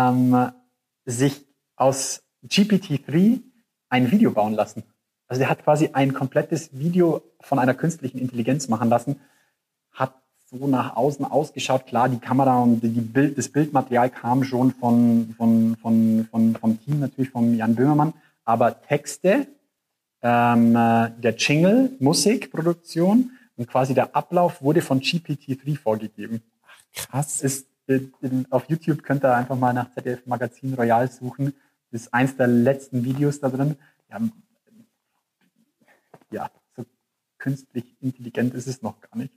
sich aus GPT-3 ein Video bauen lassen. Also der hat quasi ein komplettes Video von einer künstlichen Intelligenz machen lassen, hat so nach außen ausgeschaut. Klar, die Kamera und das Bildmaterial kam schon vom Team, natürlich von Jan Böhmermann, aber Texte, der Jingle, Musikproduktion und quasi der Ablauf wurde von GPT-3 vorgegeben. Ach, krass. Auf YouTube könnt ihr einfach mal nach ZDF Magazin Royal suchen. Das ist eins der letzten Videos da drin. Ja, so künstlich intelligent ist es noch gar nicht.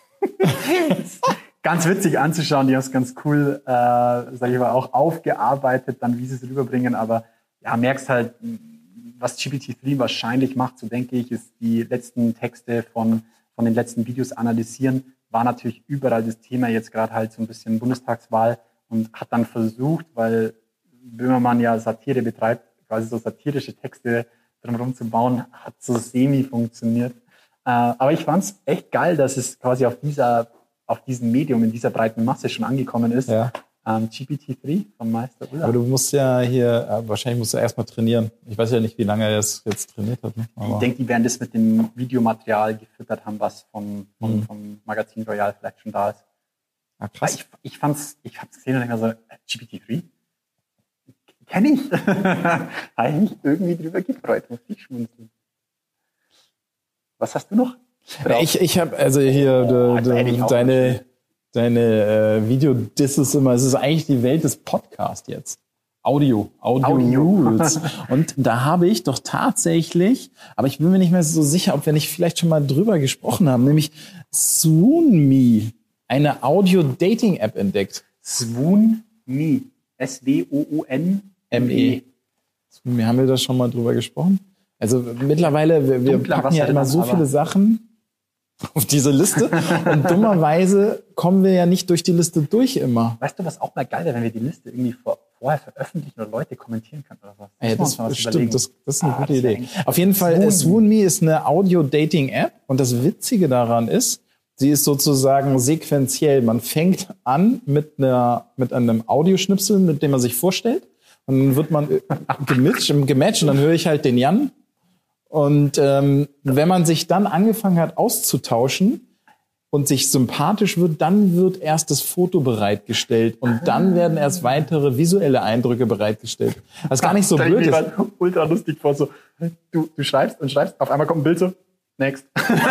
Ganz witzig anzuschauen, die haben es ganz cool, sage ich mal, auch aufgearbeitet, dann wie sie es rüberbringen, aber ja, merkst halt, was GPT-3 wahrscheinlich macht, so denke ich, ist die letzten Texte von den letzten Videos analysieren, war natürlich überall das Thema, jetzt gerade halt so ein bisschen Bundestagswahl und hat dann versucht, weil Böhmermann ja Satire betreibt, quasi so satirische Texte drumherum zu bauen, hat so semi funktioniert. Aber ich fand es echt geil, dass es quasi auf diesem Medium, in dieser breiten Masse schon angekommen ist. Ja. GPT-3 vom Meister Ulla. Aber du musst ja hier, wahrscheinlich musst du erstmal trainieren. Ich weiß ja nicht, wie lange er das jetzt trainiert hat. Ne? Ich denke, die werden das mit dem Videomaterial gefüttert haben, was vom Magazin Royal vielleicht schon da ist. Ah, krass. Ich hab's gesehen und denke mir so, GPT-3? Kenn ich. Habe ich mich irgendwie drüber gefreut, muss ich schmunzeln. Was hast du noch? Ich habe also hier deine Video-Disses immer, es ist eigentlich die Welt des Podcasts jetzt. Audio Rules. Und da habe ich doch tatsächlich, aber ich bin mir nicht mehr so sicher, ob wir nicht vielleicht schon mal drüber gesprochen haben, nämlich SwoonMe, eine Audio-Dating-App entdeckt. SwoonMe. SWOONME. Wir haben ja da schon mal drüber gesprochen. Also mittlerweile, wir packen ja immer so viele Sachen auf diese Liste und dummerweise kommen wir ja nicht durch die Liste durch immer. Weißt du, was auch mal geil wäre, wenn wir die Liste irgendwie vorher veröffentlichen oder Leute kommentieren können oder was? Ja, das stimmt, das ist eine gute Idee. Auf jeden Fall, SwoonMe ist eine Audio-Dating-App und das Witzige daran ist, sie ist sozusagen sequenziell. Man fängt an mit einem Audioschnipsel, mit dem man sich vorstellt und dann wird man gematcht und dann höre ich halt den Jan. Und wenn man sich dann angefangen hat auszutauschen und sich sympathisch wird, dann wird erst das Foto bereitgestellt und dann werden erst weitere visuelle Eindrücke bereitgestellt. Was gar nicht so blöd ist. Ultra lustig vor, so du schreibst, auf einmal kommt ein Bild so, next.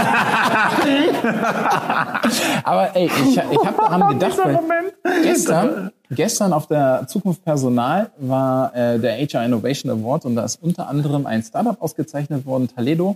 Aber ey, ich habe daran gedacht, weil gestern auf der Zukunft Personal war der HR Innovation Award und da ist unter anderem ein Startup ausgezeichnet worden, Taledo.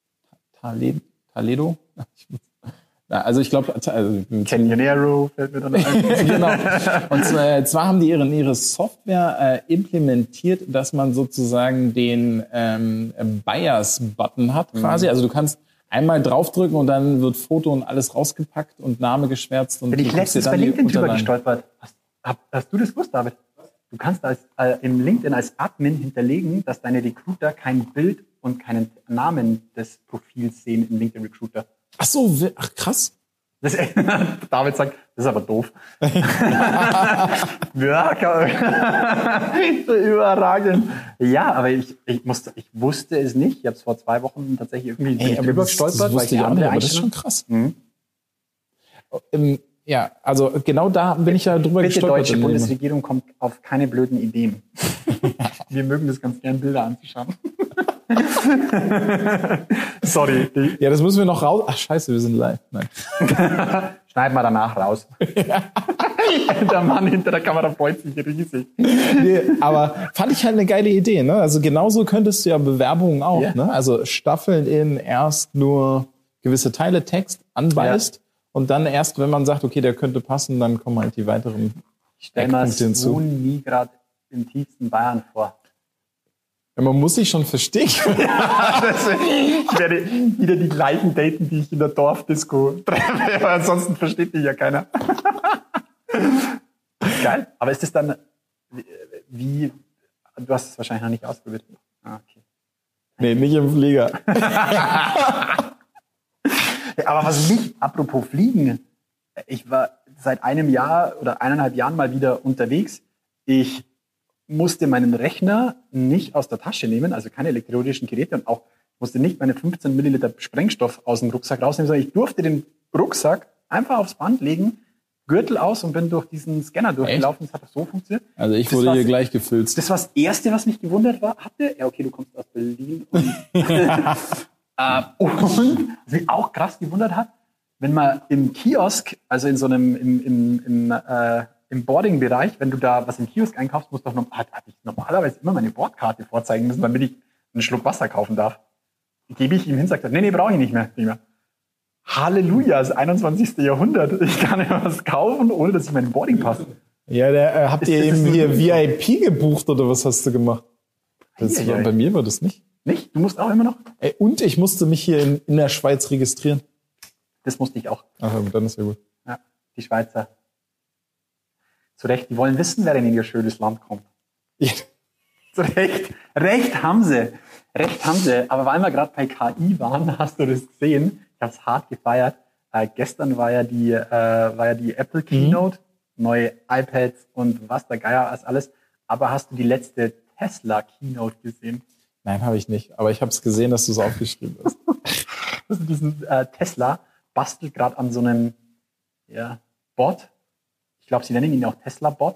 Also ich glaube, Canyonero fällt mir dann ein. Genau. Und zwar haben die ihre Software implementiert, dass man sozusagen den Buyers-Button hat quasi. Also du kannst einmal draufdrücken und dann wird Foto und alles rausgepackt und Name geschwärzt. Und bin ich letztens bei LinkedIn drüber gestolpert. Hast du das gewusst, David? Du kannst im LinkedIn als Admin hinterlegen, dass deine Recruiter kein Bild und keinen Namen des Profils sehen im LinkedIn Recruiter. Ach so, krass. David sagt, das ist aber doof. Ja, überragend. Ja, aber ich wusste es nicht. Ich habe es vor 2 Wochen tatsächlich irgendwie drüber gestolpert. Das wusste ich auch nicht, aber das ist schon krass. Ja, also genau da bin ich ja drüber gestolpert. Die deutsche Bundesregierung kommt auf keine blöden Ideen. Wir mögen das ganz gern, Bilder anzuschauen. Sorry. Ja, das müssen wir noch raus. Ach scheiße, wir sind live. Nein. Schneiden wir danach raus. Der Mann hinter der Kamera freut sich riesig. Nee, aber fand ich halt eine geile Idee. Ne? Also genauso könntest du ja Bewerbungen auch. Yeah. Ne? Also staffeln in erst nur gewisse Teile Text anbeißt und dann erst, wenn man sagt, okay, der könnte passen, dann kommen halt die weiteren Eckpunkte hinzu. Ich stelle mir nie gerade im tiefsten Bayern vor. Ja, man muss sich schon verstecken. Ja, ich werde wieder die gleichen daten, die ich in der Dorfdisco treffe, aber ansonsten versteht mich ja keiner. Geil. Aber ist das dann, wie, du hast es wahrscheinlich noch nicht ausprobiert. Ah, okay. Nee, nicht im Flieger. Aber was mich, apropos Fliegen, ich war seit einem Jahr oder 1,5 Jahren mal wieder unterwegs. Ich musste meinen Rechner nicht aus der Tasche nehmen, also keine elektronischen Geräte und auch musste nicht meine 15 Milliliter Sprengstoff aus dem Rucksack rausnehmen, sondern ich durfte den Rucksack einfach aufs Band legen, Gürtel aus und bin durch diesen Scanner durchgelaufen. Das hat so funktioniert. Also ich wurde hier gleich gefilzt. Das war das Erste, was mich gewundert hatte. Ja, okay, du kommst aus Berlin. Und was mich auch krass gewundert hat, wenn man im Kiosk, also in so einem im Boarding-Bereich, wenn du da was im Kiosk einkaufst, hatte ich normalerweise immer meine Bordkarte vorzeigen müssen, damit ich einen Schluck Wasser kaufen darf. Gebe ich ihm hin, sagt er, nee, brauche ich nicht mehr. Halleluja, das 21. Jahrhundert. Ich kann ja was kaufen, ohne dass ich meinen Boarding-Pass. Ja, habt ihr eben hier VIP gebucht oder was hast du gemacht? Bei mir war das nicht. Nicht? Du musst auch immer noch? Und ich musste mich hier in der Schweiz registrieren. Das musste ich auch. Ach, dann ist ja gut. Ja, die Schweizer. Zu Recht, die wollen wissen, wer denn in ihr schönes Land kommt. Ja. Zu Recht. Recht haben sie. Aber weil wir gerade bei KI waren, hast du das gesehen. Ich habe es hart gefeiert. Gestern war ja die Apple Keynote, neue iPads und was der Geier ist alles. Aber hast du die letzte Tesla Keynote gesehen? Nein, habe ich nicht. Aber ich habe es gesehen, dass du es aufgeschrieben hast. Also diesen Tesla bastelt gerade an so einem Bot. Ich glaube, sie nennen ihn auch Tesla-Bot.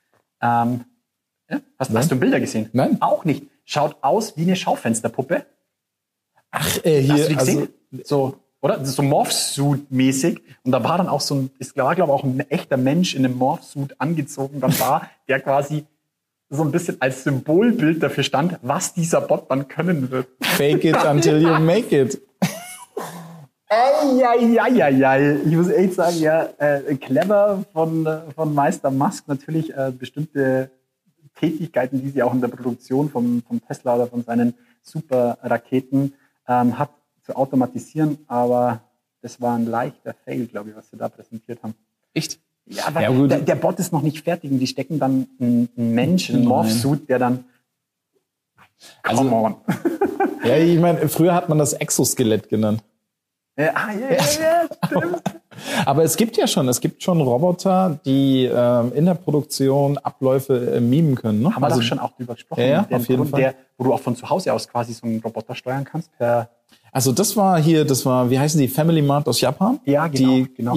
Hast du Bilder gesehen? Nein. Auch nicht. Schaut aus wie eine Schaufensterpuppe. Ach, hier. Hast du die gesehen? So, oder? Das ist so Morph-Suit-mäßig. Und da war dann auch glaube ich, auch ein echter Mensch in einem Morph-Suit angezogen. Dann war der quasi so ein bisschen als Symbolbild dafür stand, was dieser Bot dann können wird. Fake it until you make it. Ich muss echt sagen, clever von Meister Musk natürlich bestimmte Tätigkeiten, die sie auch in der Produktion vom Tesla oder von seinen Superraketen hat, zu automatisieren. Aber das war ein leichter Fail, glaube ich, was sie da präsentiert haben. Echt? Ja, weil der Bot ist noch nicht fertig und die stecken dann einen Mensch, einen Morph-Suit, der dann come on. Ja, ich meine, früher hat man das Exoskelett genannt. Ja, stimmt. Aber es gibt schon Roboter, die in der Produktion Abläufe mimen können. Ne? Haben wir doch schon auch drüber gesprochen. Ja, auf jeden Fall. Wo du auch von zu Hause aus quasi so einen Roboter steuern kannst. Also das war, wie heißen die, Family Mart aus Japan? Ja, genau. Die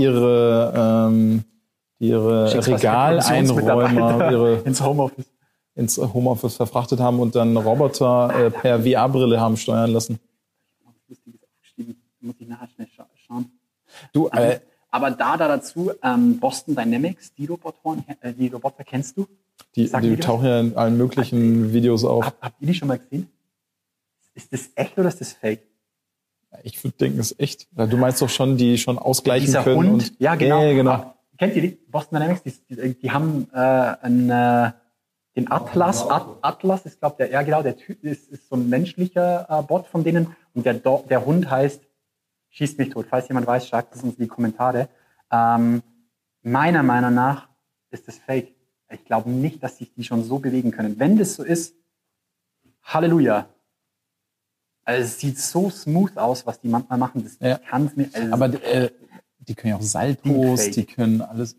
ihre Regaleinräumer ins Homeoffice verfrachtet haben und dann Roboter per VR-Brille haben steuern lassen. Lustiges aufgeschrieben. Muss ich nachher schnell schauen. Du, aber dazu, Boston Dynamics, die Roboter kennst du? Die tauchen ja in allen möglichen Videos auf. Habt ihr die schon mal gesehen? Ist das echt oder ist das fake? Ich würde denken, es ist echt. Du meinst doch schon, die schon ausgleichen Dieser können. Hund, ja genau. Genau. Kennt ihr die? Boston Dynamics, die haben den Atlas ist, glaube ich, der Typ ist so ein menschlicher Bot von denen. Und der Hund heißt, schießt mich tot. Falls jemand weiß, schreibt es uns in die Kommentare. Meiner Meinung nach ist das fake. Ich glaube nicht, dass sich die schon so bewegen können. Wenn das so ist, Halleluja. Also es sieht so smooth aus, was die manchmal machen. Das kann es nicht. Also aber die können ja auch Saltos, die können alles.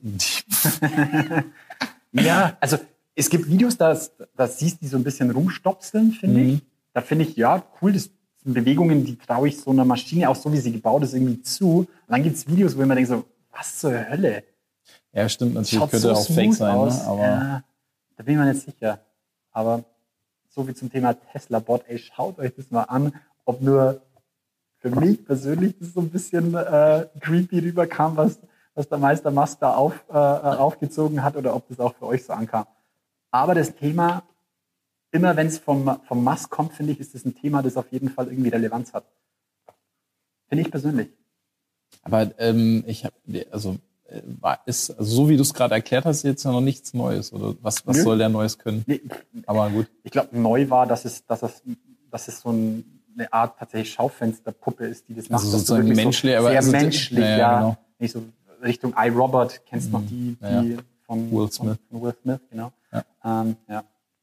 Ja, also es gibt Videos, da siehst du die so ein bisschen rumstopseln, finde ich. Da finde ich, ja, cool, das sind Bewegungen, die traue ich so einer Maschine auch so, wie sie gebaut ist, irgendwie zu. Und dann gibt es Videos, wo ich mir denke so, was zur Hölle? Ja, stimmt, natürlich Schaut könnte so auch fake sein. aus. Ne? Aber Ja, da bin ich mir nicht sicher. Aber so wie zum Thema Tesla-Bot, schaut euch das mal an, ob nur für mich persönlich das so ein bisschen creepy rüberkam, was der Meister Musk da aufgezogen hat, oder ob das auch für euch so ankam. Aber das Thema, immer wenn es vom Musk kommt, finde ich, ist das ein Thema, das auf jeden Fall irgendwie Relevanz hat. Finde ich persönlich. Aber ist so wie du es gerade erklärt hast, jetzt ja noch nichts Neues, oder was soll der Neues können? Nee, aber gut. Ich glaube, neu war, dass es so eine Art tatsächlich Schaufensterpuppe ist, die das macht. Also sozusagen menschlich, so aber sehr menschlich, ja. Genau. Nicht so Richtung iRobot, kennst noch die von Will Smith. Von Will Smith, genau. Ja.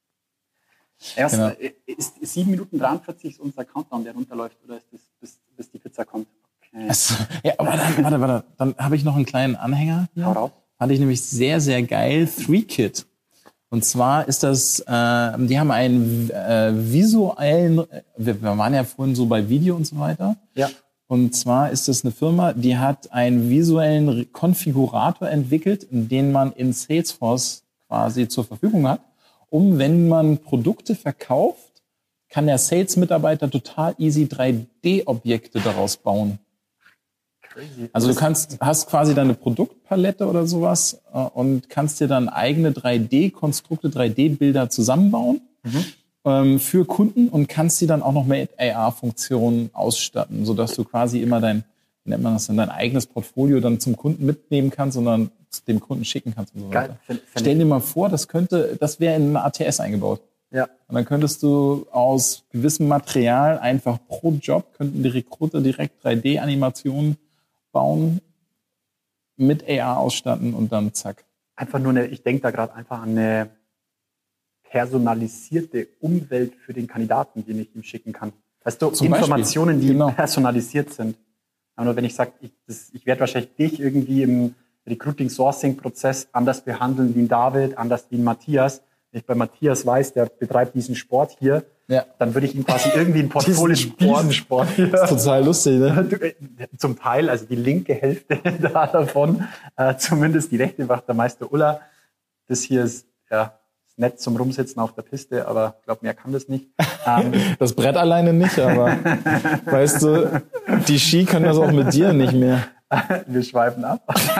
Erst, Genau. Ist 7 Minuten 43 ist unser Countdown, der runterläuft, oder ist das bis die Pizza kommt? Okay. Also, ja, aber warte. Dann habe ich noch einen kleinen Anhänger hier. Hau raus. Fand ich nämlich sehr, sehr geil. 3Kit. Und zwar ist das, die haben einen visuellen, wir waren ja vorhin so bei Video und so weiter. Ja. Und zwar ist das eine Firma, die hat einen visuellen Konfigurator entwickelt, den man in Salesforce quasi zur Verfügung hat, wenn man Produkte verkauft, kann der Sales-Mitarbeiter total easy 3D-Objekte daraus bauen. Crazy. Also du hast quasi deine Produktpalette oder sowas und kannst dir dann eigene 3D-Konstrukte, 3D-Bilder zusammenbauen für Kunden und kannst sie dann auch noch mit AR-Funktionen ausstatten, sodass du quasi immer dein eigenes Portfolio dann zum Kunden mitnehmen kannst und dann dem Kunden schicken kannst und so weiter. Geil. Stell dir mal vor, das wäre in eine ATS eingebaut. Ja. Und dann könntest du aus gewissem Material einfach pro Job, könnten die Rekruter direkt 3D-Animationen bauen, mit AR ausstatten und dann zack. Einfach nur ich denke da gerade einfach an eine personalisierte Umwelt für den Kandidaten, den ich ihm schicken kann. Weißt du, Zum Informationen, Beispiel. die Genau. personalisiert sind. Aber wenn ich sage, ich werde wahrscheinlich dich irgendwie im Recruiting-Sourcing-Prozess anders behandeln wie ein David, anders wie ein Matthias. Wenn ich bei Matthias weiß, der betreibt diesen Sport hier, dann würde ich ihm quasi irgendwie ein Portfolio diesen Sport hier. Das ist total lustig, ne? Zum Teil, also die linke Hälfte davon, zumindest die rechte macht der Meister Ulla. Das hier ist nett zum Rumsitzen auf der Piste, aber ich glaube, mehr kann das nicht. Das Brett alleine nicht, aber weißt du, die Ski können das auch mit dir nicht mehr. Wir schweifen ab.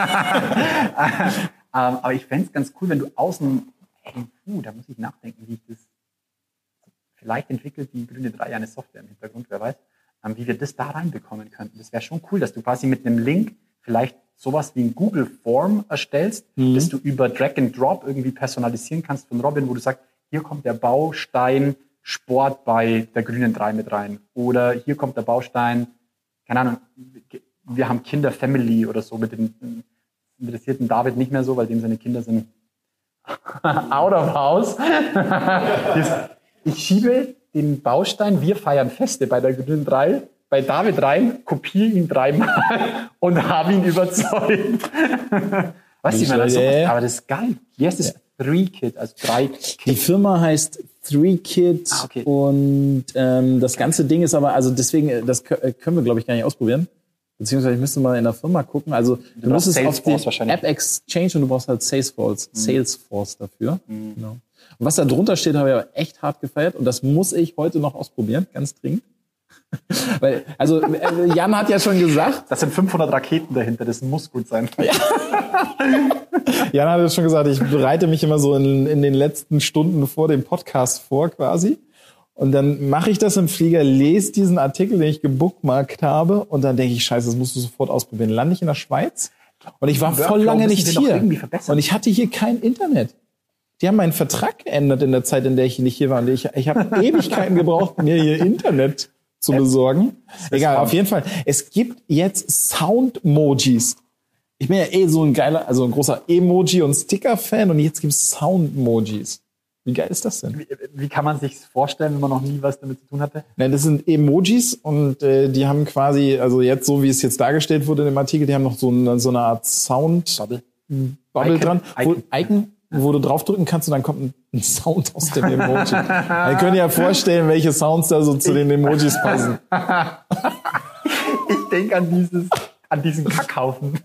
Aber ich fände es ganz cool, wenn du außen, da muss ich nachdenken, wie ich das, vielleicht entwickelt die Grüne 3 eine Software im Hintergrund, wer weiß, wie wir das da reinbekommen könnten. Das wäre schon cool, dass du quasi mit einem Link vielleicht sowas wie ein Google Form erstellst, dass du über Drag and Drop irgendwie personalisieren kannst von Robin, wo du sagst, hier kommt der Baustein Sport bei der Grünen 3 mit rein. Oder hier kommt der Baustein, keine Ahnung, wir haben Kinder Family oder so. Mit dem interessierten David nicht mehr so, weil dem seine Kinder sind out of house. Ich schiebe den Baustein, wir feiern Feste bei der Grünen 3, bei David rein, kopiere ihn 3-mal und habe ihn überzeugt. Was ich meine, sowas, aber das ist geil. Hier ist es 3Kid, also 3Kid. Die Firma heißt 3Kid okay. Und das ganze Ding ist aber, also deswegen, das können wir, glaube ich, gar nicht ausprobieren. Beziehungsweise ich müsste mal in der Firma gucken. Also du müsstest auf die App Exchange und du brauchst halt Salesforce dafür. Genau. Und was da drunter steht, habe ich aber echt hart gefeiert. Und das muss ich heute noch ausprobieren, ganz dringend. Weil, also Jan hat ja schon gesagt, das sind 500 Raketen dahinter, das muss gut sein. Ja. Jan hat ja schon gesagt, ich bereite mich immer so in den letzten Stunden vor dem Podcast vor quasi. Und dann mache ich das im Flieger, lese diesen Artikel, den ich gebookmarkt habe, und dann denke ich, scheiße, das musst du sofort ausprobieren. Lande ich in der Schweiz und ich war voll lange nicht hier. Und ich hatte hier kein Internet. Die haben meinen Vertrag geändert in der Zeit, in der ich nicht hier war. Und ich habe Ewigkeiten gebraucht, mir hier Internet zu besorgen. Egal, auf jeden Fall. Es gibt jetzt Sound-Mojis. Ich bin ja so ein großer Emoji- und Sticker-Fan, und jetzt gibt es Sound-Mojis. Wie geil ist das denn? Wie kann man sich vorstellen, wenn man noch nie was damit zu tun hatte? Nein, das sind Emojis, und die haben quasi, also jetzt so wie es jetzt dargestellt wurde in dem Artikel, die haben noch so eine Art Sound-Bubble dran. Icon, wo du draufdrücken kannst, und dann kommt ein Sound aus dem Emoji. Ihr könnt ja vorstellen, welche Sounds da so zu den Emojis passen. Ich denke an diesen Kackhaufen.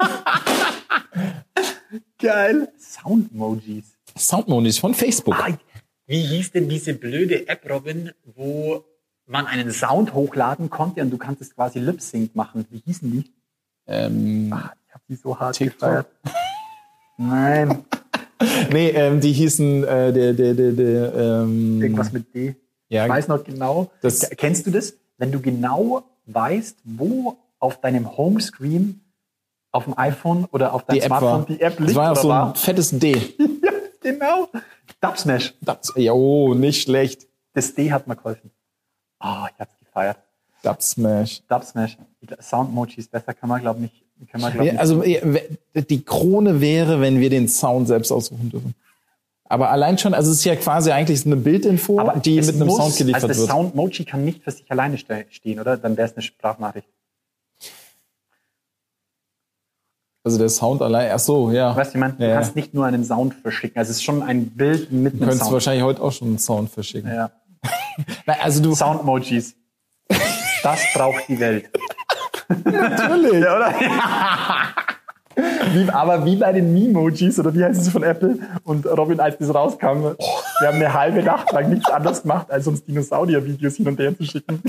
Geil. Sound-Mojis. Soundmojis von Facebook. Wie hieß denn diese blöde App, Robin, wo man einen Sound hochladen konnte und du konntest quasi Lip-Sync machen? Wie hießen die? Ich habe die so hart gefeiert. Nein. Nee, die hießen irgendwas mit D. Ja, ich weiß noch genau. Kennst du das? Wenn du genau weißt, wo auf deinem Homescreen, auf dem iPhone oder auf deinem Smartphone die App liegt. Das war so ein fettes D. Ja, genau. Dubsmash. Jo, nicht schlecht. Das D hat mir geholfen. Ich hab's gefeiert. Dubsmash. Soundmojis besser kann man, glaube ich, nicht. Also die Krone wäre, wenn wir den Sound selbst aussuchen dürfen. Aber allein schon, also es ist ja quasi eigentlich eine Bildinfo, die mit einem Sound geliefert wird. Also das Soundmoji kann nicht für sich alleine stehen, oder? Dann wäre es eine Sprachnachricht. Also der Sound allein, ach so, ja. Weißt du, ich meine, du kannst nicht nur einen Sound verschicken. Also es ist schon ein Bild mit einem Sound. Du könntest wahrscheinlich heute auch schon einen Sound verschicken. Ja. Also Soundmojis. Das braucht die Welt. Natürlich. Ja, oder? Aber wie bei den Memojis, oder wie heißt es von Apple? Und Robin, als das rauskam, wir haben eine halbe Nacht lang nichts anderes gemacht, als uns Dinosaurier-Videos hin und her zu schicken.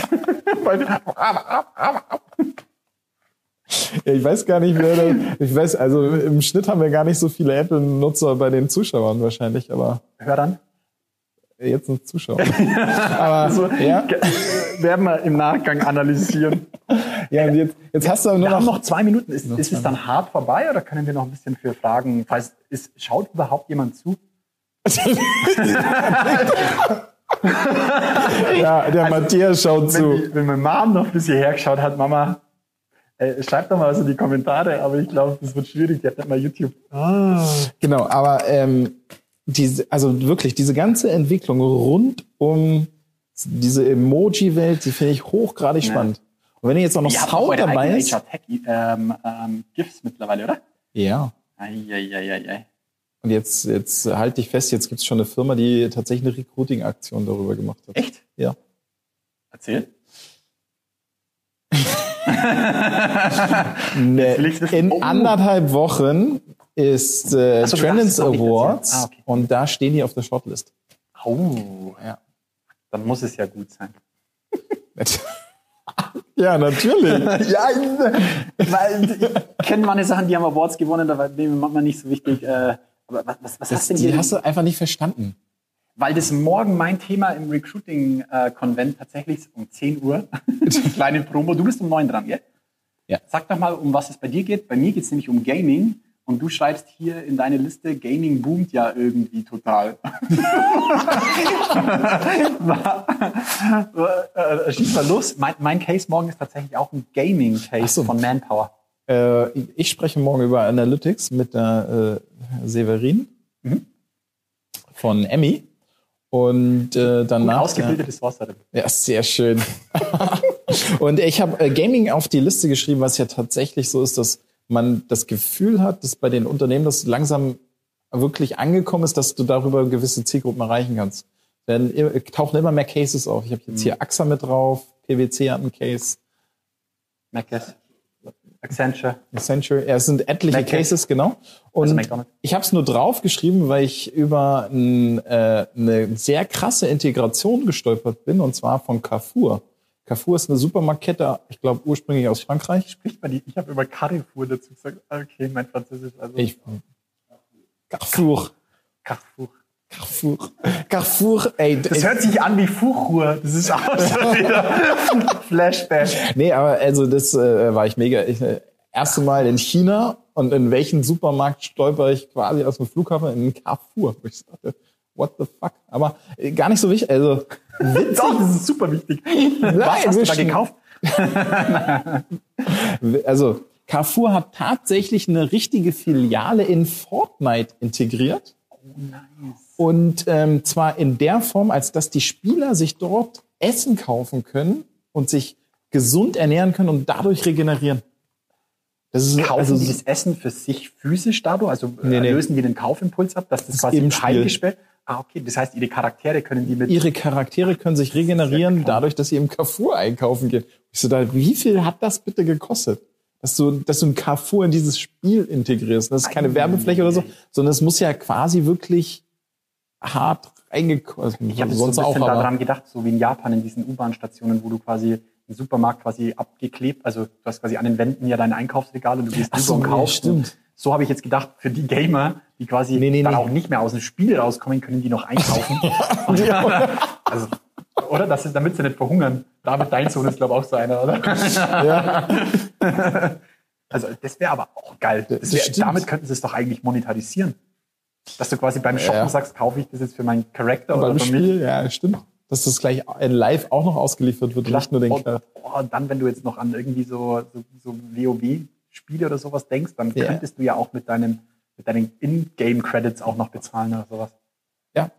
Ja, ich weiß gar nicht mehr. Also im Schnitt haben wir gar nicht so viele Apple-Nutzer bei den Zuschauern wahrscheinlich, aber. Hörern? Jetzt sind Zuschauer. Aber also, ja. Werden wir im Nachgang analysieren. Ja, und jetzt hast du aber nur wir haben noch 2 Minuten. Ist es dann hart vorbei, oder können wir noch ein bisschen für Fragen? Schaut überhaupt jemand zu? Ja, der Matthias schaut zu. Wenn meine Mom noch bis hierher geschaut hat, Mama, schreibt doch mal was in die Kommentare, aber ich glaube, das wird schwierig, die hat nicht mal YouTube. Genau, aber also wirklich, diese ganze Entwicklung rund um diese Emoji-Welt, die finde ich hochgradig spannend. Und wenn ihr jetzt auch noch Sound dabei ist. GIFs mittlerweile, oder? Ja. Ei. Und jetzt halt dich fest, jetzt gibt es schon eine Firma, die tatsächlich eine Recruiting-Aktion darüber gemacht hat. Echt? Ja. Erzähl. In 1,5 Wochen ist Trends Awards und da stehen die auf der Shortlist. Oh, ja. Dann muss es ja gut sein. Ja, natürlich. Ja, weil ich kenne manche Sachen, die haben Awards gewonnen, da war mir manchmal nicht so wichtig. Aber was hast du denn hier? Die hast du einfach nicht verstanden. Weil das morgen mein Thema im Recruiting-Konvent tatsächlich ist um 10 Uhr. Kleine Promo. Du bist um 9 dran, gell? Ja. Sag doch mal, um was es bei dir geht. Bei mir geht es nämlich um Gaming. Und du schreibst hier in deine Liste, Gaming boomt ja irgendwie total. Schieß mal los. Mein Case morgen ist tatsächlich auch ein Gaming-Case von Manpower. Ich spreche morgen über Analytics mit der Severin von Emmy. Und danach... Gut ausgebildetes Wasser. Ja, sehr schön. Und ich habe Gaming auf die Liste geschrieben, was ja tatsächlich so ist, dass man das Gefühl hat, dass bei den Unternehmen das langsam wirklich angekommen ist, dass du darüber gewisse Zielgruppen erreichen kannst. Denn tauchen immer mehr Cases auf. Ich habe jetzt hier AXA mit drauf, PwC hat einen Case. Macca's. Accenture. Ja, es sind etliche Macca's. Cases, genau. Und Also ich habe es nur draufgeschrieben, weil ich über eine sehr krasse Integration gestolpert bin, und zwar von Carrefour. Carrefour ist eine Supermarktkette, ich glaube ursprünglich aus Frankreich. Spricht man die? Ich habe über Carrefour dazu gesagt. Okay, mein Französisch. Also Carrefour. Ey. Das hört sich an wie Fuchur. Das ist auch schon wieder Flashback. Nee, aber also das war ich mega. Erste Mal in China, und in welchen Supermarkt stolper ich quasi aus dem Flughafen? In Carrefour. Wo ich dachte, what the fuck? Aber gar nicht so wichtig. Also Doch, das ist super wichtig. Nein, Was hast du da gekauft? Also Carrefour hat tatsächlich eine richtige Filiale in Fortnite integriert. Oh, nice. Und zwar in der Form, als dass die Spieler sich dort Essen kaufen können und sich gesund ernähren können und dadurch regenerieren. Das ist, Kaufen die das Essen für sich physisch dadurch? Also Nee. lösen die den Kaufimpuls ab, dass das quasi im Spiel. heimgestellt? Okay. Das heißt, ihre Charaktere können die mit... Ihre Charaktere können sich regenerieren, dadurch, dass sie im Carrefour einkaufen gehen. Ich so da, wie viel hat das bitte gekostet? Dass du ein Carrefour in dieses Spiel integrierst. Das ist keine Werbefläche oder so, sondern es muss ja quasi wirklich hart reingekostet. Ich habe so ein bisschen daran gedacht, so wie in Japan in diesen U-Bahn-Stationen, wo du quasi den Supermarkt quasi abgeklebt, also du hast quasi an den Wänden ja dein Einkaufsregal und du gehst rüber und kaufst. Stimmt. So habe ich jetzt gedacht, für die Gamer, die quasi dann auch nicht mehr aus dem Spiel rauskommen, können die noch einkaufen. Also, oder? Damit sie nicht verhungern. David, dein Sohn ist, glaube ich, auch so einer, oder? Ja. Also das wäre aber auch geil. Damit könnten sie es doch eigentlich monetarisieren. Dass du quasi beim Shoppen sagst, kaufe ich das jetzt für meinen Charakter oder für mich? Spiel, ja, stimmt. Dass das gleich live auch noch ausgeliefert wird, nicht nur den dann, wenn du jetzt noch an irgendwie so WoW-Spiele oder sowas denkst, dann könntest du ja auch mit deinen In-Game-Credits auch noch bezahlen oder sowas. Ja.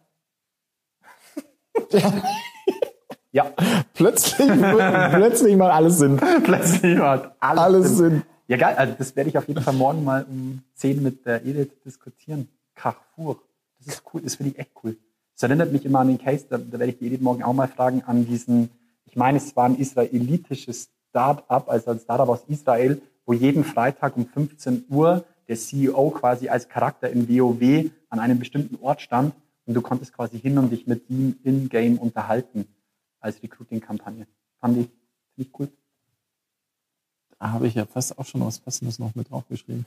Ja. Plötzlich macht alles Sinn. Plötzlich macht Alles Sinn. Ja, geil. Also das werde ich auf jeden Fall morgen mal um 10 mit der Edith diskutieren. Carrefour. Das ist cool. Das finde ich echt cool. Das erinnert mich immer an den Case, da werde ich die Edith morgen auch mal fragen, an diesen, ich meine, es war ein israelitisches Start-up, also ein Start-up aus Israel, wo jeden Freitag um 15 Uhr der CEO quasi als Charakter in WoW an einem bestimmten Ort stand und du konntest quasi hin und dich mit ihm in-game unterhalten als Recruiting-Kampagne. Finde ich cool. Da habe ich ja fast auch schon was Passendes noch mit draufgeschrieben.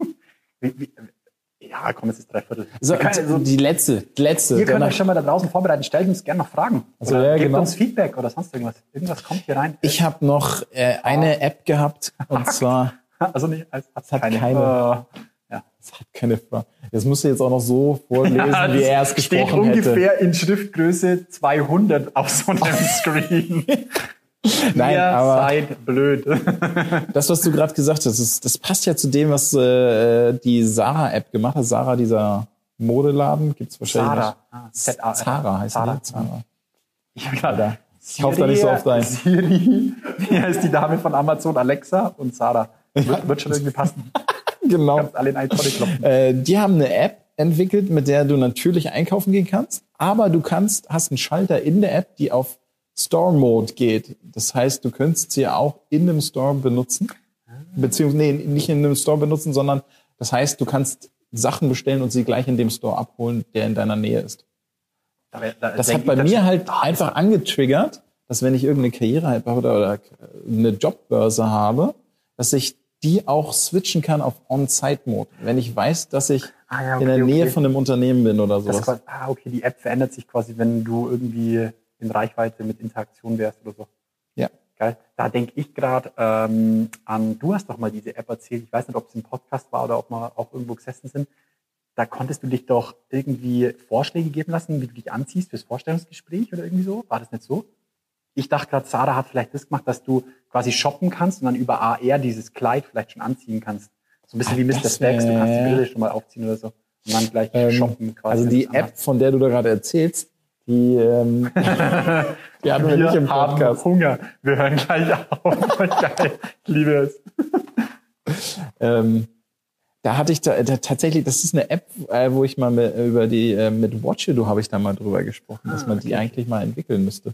Ja, komm, es ist 3/4. Die letzte. Ihr könnt euch schon mal da draußen vorbereiten. Stellt uns gerne noch Fragen. Oder gebt genau. uns Feedback oder sonst irgendwas. Irgendwas kommt hier rein. Ich habe noch eine App gehabt, und zwar... Also nicht, es hat keine. Es hat keine Frage. Das musst du jetzt auch noch so vorlesen, wie er es gesprochen hätte. Steht ungefähr in Schriftgröße 200 auf so einem Screen. Nein, Ihr aber seid blöd. Das, was du gerade gesagt hast, das passt ja zu dem, was die Sarah-App gemacht hat. Sarah, dieser Modeladen, gibt's wahrscheinlich. Zara heißt die. Zara. Ich habe gerade. Ich hoffe da nicht so oft ein. Siri, wer ist die Dame von Amazon? Alexa und Sarah. Wird schon irgendwie passen. Genau. Alle in eine Tonne klopfen. Die haben eine App entwickelt, mit der du natürlich einkaufen gehen kannst, aber du hast einen Schalter in der App, die auf Store-Mode geht. Das heißt, du könntest sie auch in einem Store benutzen. Beziehungsweise, nicht in einem Store benutzen, sondern das heißt, du kannst Sachen bestellen und sie gleich in dem Store abholen, der in deiner Nähe ist. Das hat bei mir halt einfach angetriggert, dass wenn ich irgendeine Karriere habe oder eine Jobbörse habe, dass ich die auch switchen kann auf On-Site-Mode. Wenn ich weiß, dass ich in der Nähe von einem Unternehmen bin oder sowas. Okay, die App verändert sich quasi, wenn du irgendwie in Reichweite mit Interaktion wärst oder so. Ja. Geil. Da denke ich gerade an, du hast doch mal diese App erzählt, ich weiß nicht, ob es im Podcast war oder ob wir auch irgendwo gesessen sind. Da konntest du dich doch irgendwie Vorschläge geben lassen, wie du dich anziehst fürs Vorstellungsgespräch oder irgendwie so. War das nicht so? Ich dachte gerade, Sarah hat vielleicht das gemacht, dass du quasi shoppen kannst und dann über AR dieses Kleid vielleicht schon anziehen kannst. So ein bisschen wie Mr. Specs, du kannst die Bilder schon mal aufziehen oder so. Und dann gleich shoppen quasi. Also die App, von der du da gerade erzählst, die hatten wir nicht im Podcast. Haben Hunger. Wir hören gleich auf. Geil. Ich liebe es. Da hatte ich tatsächlich, das ist eine App, wo ich mal mit Watchedo habe ich da mal drüber gesprochen, dass man die eigentlich mal entwickeln müsste.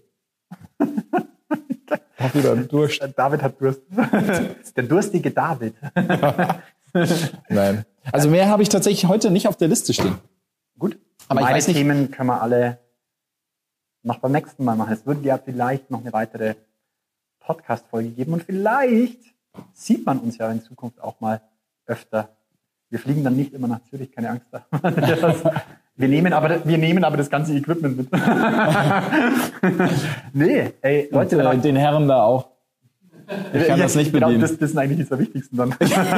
Auch wieder Durst. David hat Durst. Der durstige David. Nein. Also mehr habe ich tatsächlich heute nicht auf der Liste stehen. Gut. Aber meine ich weiß nicht, Themen können wir alle noch beim nächsten Mal machen. Es wird ja vielleicht noch eine weitere Podcast-Folge geben und vielleicht sieht man uns ja in Zukunft auch mal öfter. Wir fliegen dann nicht immer nach Zürich, keine Angst da. Wir nehmen aber das ganze Equipment mit. Nee, ey, Leute. Und, den Herren da auch. Ich kann das nicht bedienen. Das sind eigentlich die zwei wichtigsten dann.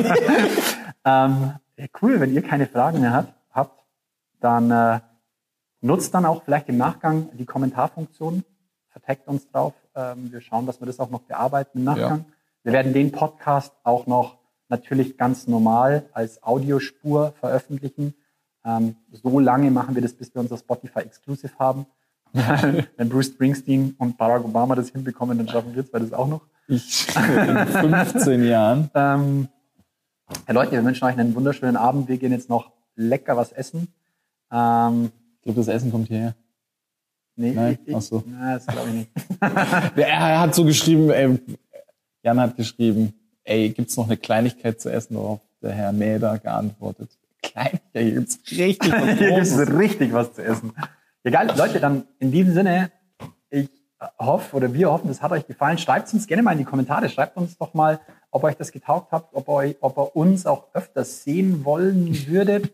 Cool, wenn ihr keine Fragen mehr habt, dann nutzt dann auch vielleicht im Nachgang die Kommentarfunktion, vertaggt uns drauf. Wir schauen, dass wir das auch noch bearbeiten im Nachgang. Ja. Wir werden den Podcast auch noch natürlich ganz normal als Audiospur veröffentlichen. So lange machen wir das, bis wir unser Spotify Exclusive haben. Wenn Bruce Springsteen und Barack Obama das hinbekommen, dann schaffen wir das auch noch. In 15 Jahren. Ja, Leute, wir wünschen euch einen wunderschönen Abend. Wir gehen jetzt noch lecker was essen. Ich glaube, das Essen kommt hierher. Nee, nein? Ach so. Das glaube ich nicht. Er hat so geschrieben, Jan hat geschrieben, gibt's noch eine Kleinigkeit zu essen, worauf der Herr Mäder geantwortet. Kleinigkeit, hier gibt's richtig was Hier gibt's richtig was zu essen. Egal, Leute, dann in diesem Sinne, wir hoffen, das hat euch gefallen. Schreibt uns gerne mal in die Kommentare. Schreibt uns doch mal, ob euch das getaugt hat, ob ihr uns auch öfters sehen wollen würdet.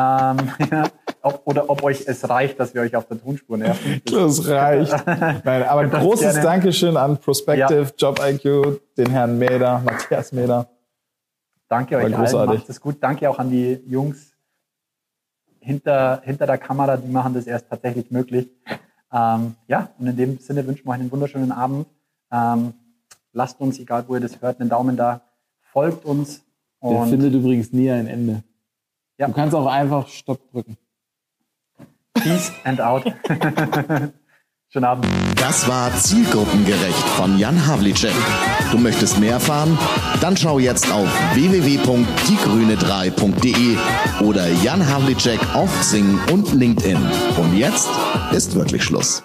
Oder ob euch es reicht, dass wir euch auf der Tonspur nerven. Das reicht. Nein, aber großes Dankeschön an Prospective, JobIQ, den Herrn Mäder, Matthias Mäder. Danke euch allen, macht es gut. Danke auch an die Jungs hinter der Kamera, die machen das erst tatsächlich möglich. Und in dem Sinne wünschen wir euch einen wunderschönen Abend. Lasst uns, egal wo ihr das hört, einen Daumen da. Folgt uns. Der findet übrigens nie ein Ende. Ja. Du kannst auch einfach Stopp drücken. Peace and out. Schönen Abend. Das war Zielgruppengerecht von Jan Havlicek. Du möchtest mehr erfahren? Dann schau jetzt auf www.diegrüne3.de oder Jan Havlicek auf Xing und LinkedIn. Und jetzt ist wirklich Schluss.